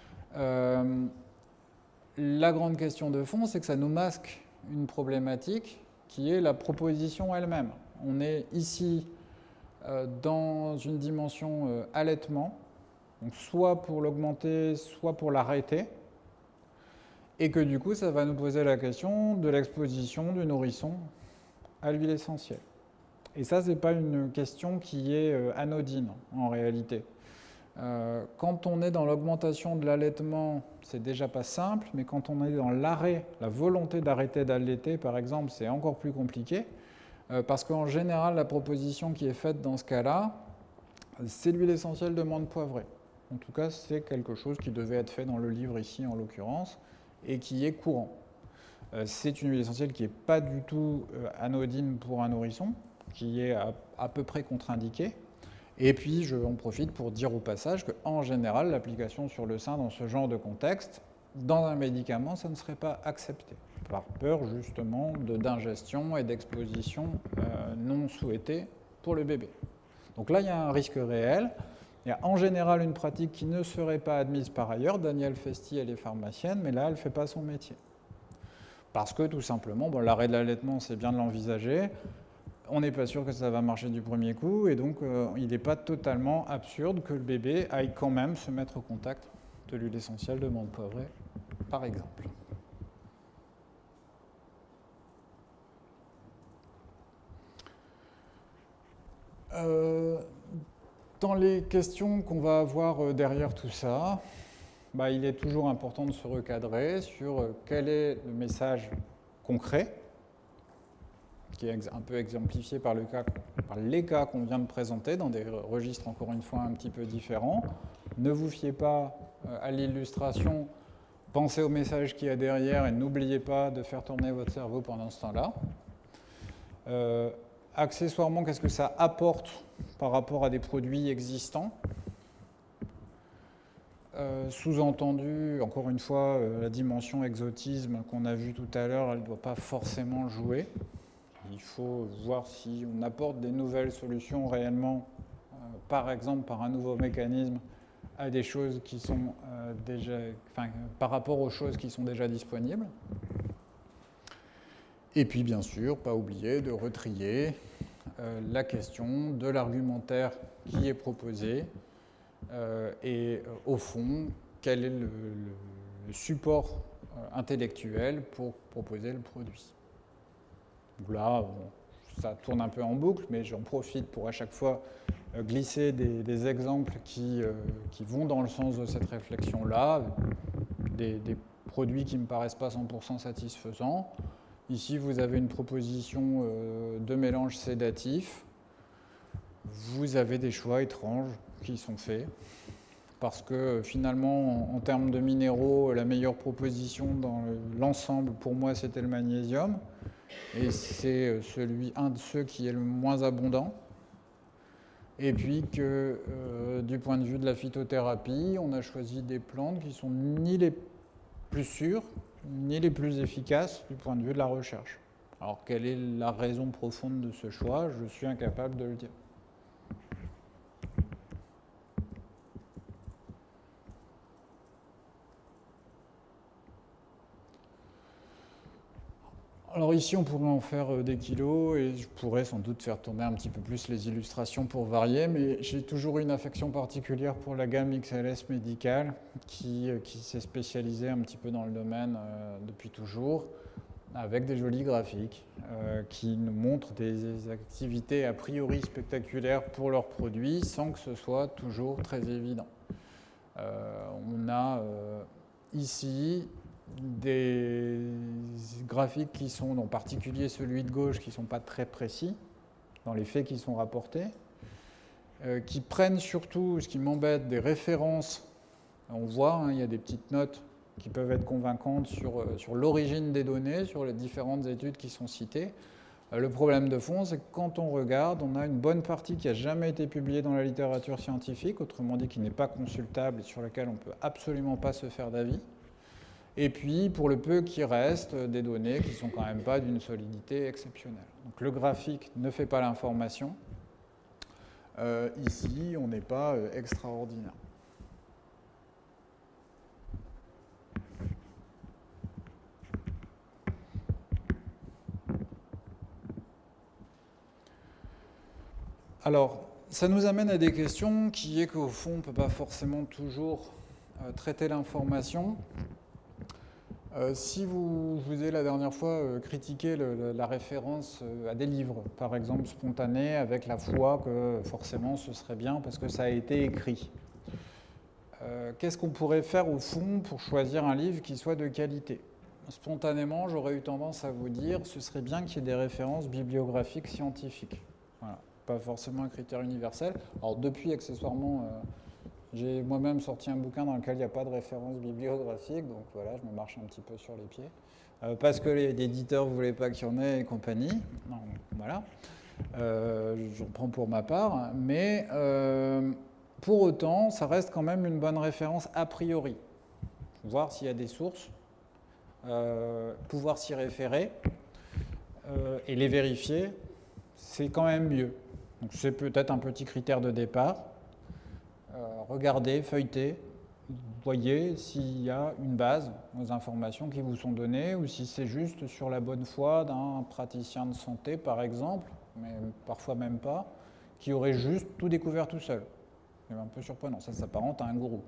La grande question de fond, c'est que ça nous masque une problématique qui est la proposition elle-même. On est ici dans une dimension allaitement, donc soit pour l'augmenter, soit pour l'arrêter, et que du coup, ça va nous poser la question de l'exposition du nourrisson à l'huile essentielle. Et ça, ce n'est pas une question qui est anodine, en réalité. Quand on est dans l'augmentation de l'allaitement, c'est déjà pas simple, mais quand on est dans l'arrêt, la volonté d'arrêter d'allaiter, par exemple, c'est encore plus compliqué, parce qu'en général, la proposition qui est faite dans ce cas-là, c'est l'huile essentielle de menthe poivrée. En tout cas, c'est quelque chose qui devait être fait dans le livre ici, en l'occurrence, et qui est courant. C'est une huile essentielle qui n'est pas du tout anodine pour un nourrisson, qui est à peu près contre-indiquée. Et puis, j'en profite pour dire au passage qu'en général, l'application sur le sein dans ce genre de contexte, dans un médicament, ça ne serait pas accepté, par peur justement d'ingestion et d'exposition non souhaitée pour le bébé. Donc là, il y a un risque réel. Il y a en général une pratique qui ne serait pas admise par ailleurs. Daniel Festi, elle est pharmacienne, mais là, elle ne fait pas son métier. Parce que tout simplement, l'arrêt de l'allaitement, c'est bien de l'envisager. On n'est pas sûr que ça va marcher du premier coup, et donc il n'est pas totalement absurde que le bébé aille quand même se mettre au contact de l'huile essentielle de menthe poivrée, par exemple. Dans les questions qu'on va avoir derrière tout ça, il est toujours important de se recadrer sur quel est le message concret, qui est un peu exemplifié par les cas qu'on vient de présenter dans des registres encore une fois un petit peu différents. Ne vous fiez pas à l'illustration, pensez au message qu'il y a derrière et n'oubliez pas de faire tourner votre cerveau pendant ce temps-là. Accessoirement, qu'est-ce que ça apporte par rapport à des produits existants ? Sous-entendu, encore une fois, la dimension exotisme qu'on a vue tout à l'heure, elle ne doit pas forcément jouer. Il faut voir si on apporte des nouvelles solutions réellement, par exemple par un nouveau mécanisme, à des choses qui sont par rapport aux choses qui sont déjà disponibles. Et puis, bien sûr, pas oublier de retrier la question de l'argumentaire qui est proposé et, au fond, quel est le support intellectuel pour proposer le produit. Donc là, bon, ça tourne un peu en boucle, mais j'en profite pour à chaque fois glisser des exemples qui vont dans le sens de cette réflexion-là, des produits qui ne me paraissent pas 100% satisfaisants. Ici, vous avez une proposition de mélange sédatif. Vous avez des choix étranges qui sont faits, parce que finalement, en termes de minéraux, la meilleure proposition dans l'ensemble, pour moi, c'était le magnésium, et c'est un de ceux qui est le moins abondant. Et puis que du point de vue de la phytothérapie, on a choisi des plantes qui sont ni les plus sûres, ni les plus efficaces du point de vue de la recherche. Alors quelle est la raison profonde de ce choix? Je suis incapable de le dire. Alors ici, on pourrait en faire des kilos et je pourrais sans doute faire tourner un petit peu plus les illustrations pour varier, mais j'ai toujours une affection particulière pour la gamme XLS médicale qui s'est spécialisée un petit peu dans le domaine depuis toujours, avec des jolis graphiques qui nous montrent des activités a priori spectaculaires pour leurs produits sans que ce soit toujours très évident. On a ici des graphiques qui sont, en particulier celui de gauche, qui ne sont pas très précis dans les faits qui sont rapportés, qui prennent surtout, ce qui m'embête, des références. On voit, il y a des petites notes qui peuvent être convaincantes sur l'origine des données, sur les différentes études qui sont citées. Le problème de fond, c'est que quand on regarde, on a une bonne partie qui n'a jamais été publiée dans la littérature scientifique, autrement dit qui n'est pas consultable et sur laquelle on ne peut absolument pas se faire d'avis. Et puis, pour le peu qui reste, des données qui ne sont quand même pas d'une solidité exceptionnelle. Donc le graphique ne fait pas l'information. Ici, on n'est pas extraordinaire. Alors, ça nous amène à des questions qui est qu'au fond, on ne peut pas forcément toujours traiter l'information. Si je vous ai la dernière fois critiqué la référence à des livres, par exemple spontanés, avec la foi que forcément ce serait bien parce que ça a été écrit. Qu'est-ce qu'on pourrait faire au fond pour choisir un livre qui soit de qualité? Spontanément, j'aurais eu tendance à vous dire ce serait bien qu'il y ait des références bibliographiques scientifiques. Voilà. Pas forcément un critère universel. Alors depuis, accessoirement, j'ai moi-même sorti un bouquin dans lequel il n'y a pas de référence bibliographique, donc voilà, je me marche un petit peu sur les pieds. Parce que les éditeurs ne voulaient pas qu'il y en ait et compagnie. Non, voilà. J'en prends pour ma part. Mais pour autant, ça reste quand même une bonne référence a priori. Voir s'il y a des sources, pouvoir s'y référer et les vérifier, c'est quand même mieux. Donc c'est peut-être un petit critère de départ. Regardez, feuilletez, voyez s'il y a une base aux informations qui vous sont données ou si c'est juste sur la bonne foi d'un praticien de santé, par exemple, mais parfois même pas, qui aurait juste tout découvert tout seul. C'est un peu surprenant, ça s'apparente à un gourou.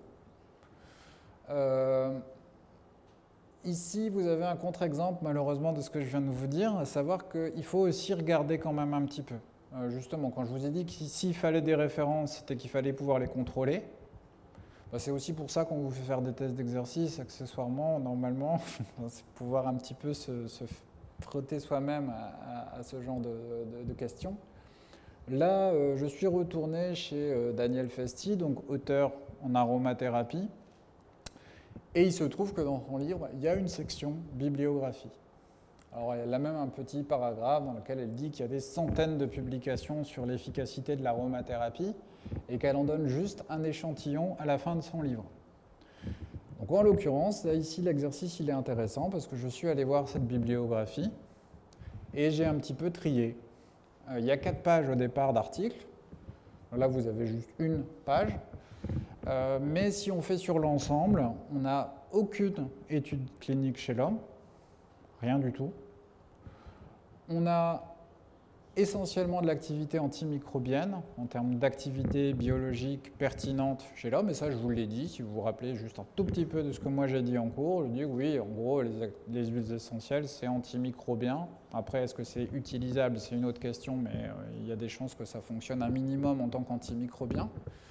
Ici, vous avez un contre-exemple, malheureusement, de ce que je viens de vous dire, à savoir qu'il faut aussi regarder quand même un petit peu. Justement, quand je vous ai dit que s'il fallait des références, c'était qu'il fallait pouvoir les contrôler. C'est aussi pour ça qu'on vous fait faire des tests d'exercice, accessoirement, normalement, c'est pouvoir un petit peu se frotter soi-même à ce genre de questions. Là, je suis retourné chez Daniel Festi, donc auteur en aromathérapie, et il se trouve que dans son livre, il y a une section bibliographie. Alors, elle a même un petit paragraphe dans lequel elle dit qu'il y a des centaines de publications sur l'efficacité de l'aromathérapie et qu'elle en donne juste un échantillon à la fin de son livre. Donc, en l'occurrence, là, ici, l'exercice il est intéressant parce que je suis allé voir cette bibliographie et j'ai un petit peu trié. Il y a 4 pages au départ d'articles. Là, vous avez juste une page. Mais si on fait sur l'ensemble, on n'a aucune étude clinique chez l'homme. Rien du tout. On a essentiellement de l'activité antimicrobienne, en termes d'activité biologique pertinente chez l'homme, et ça je vous l'ai dit, si vous vous rappelez juste un tout petit peu de ce que moi j'ai dit en cours, je dis que oui, en gros, les huiles essentielles, c'est antimicrobien. Après, est-ce que c'est utilisable, c'est une autre question, mais il y a des chances que ça fonctionne un minimum en tant qu'antimicrobien.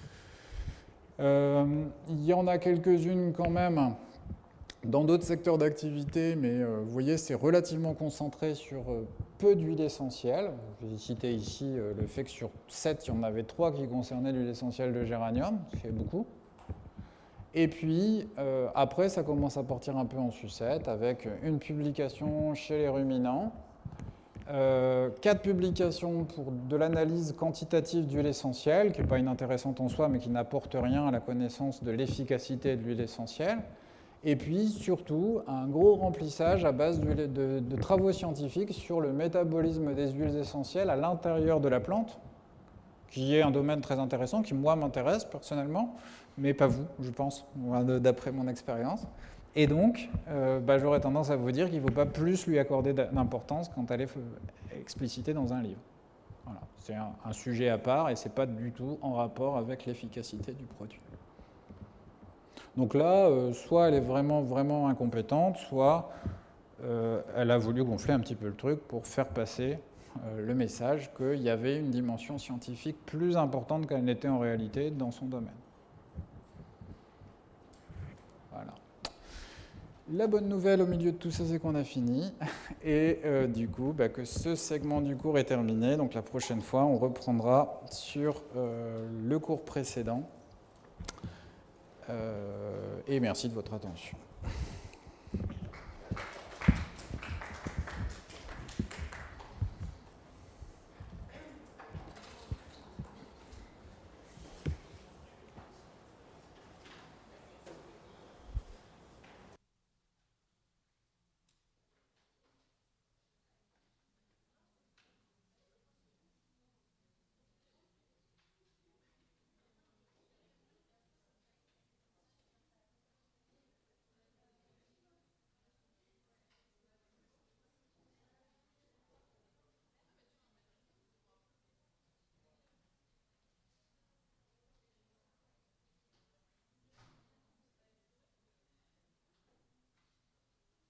Il y en a quelques-unes quand même dans d'autres secteurs d'activité, mais vous voyez, c'est relativement concentré sur peu d'huile essentielle. J'ai cité ici le fait que sur 7, il y en avait 3 qui concernaient l'huile essentielle de géranium, ce qui est beaucoup. Et puis, après, ça commence à partir un peu en sucette, avec une publication chez les ruminants, 4 publications pour de l'analyse quantitative d'huile essentielle, qui n'est pas inintéressante en soi, mais qui n'apporte rien à la connaissance de l'efficacité de l'huile essentielle. Et puis, surtout, un gros remplissage à base de travaux scientifiques sur le métabolisme des huiles essentielles à l'intérieur de la plante, qui est un domaine très intéressant, qui, moi, m'intéresse personnellement, mais pas vous, je pense, d'après mon expérience. Et donc, j'aurais tendance à vous dire qu'il ne faut pas plus lui accorder d'importance quand elle est explicitée dans un livre. Voilà. C'est un sujet à part et ce n'est pas du tout en rapport avec l'efficacité du produit. Donc là, soit elle est vraiment, vraiment incompétente, soit elle a voulu gonfler un petit peu le truc pour faire passer le message qu'il y avait une dimension scientifique plus importante qu'elle n'était en réalité dans son domaine. Voilà. La bonne nouvelle au milieu de tout ça, c'est qu'on a fini. Et du coup, que ce segment du cours est terminé. Donc la prochaine fois, on reprendra sur le cours précédent. Et merci de votre attention.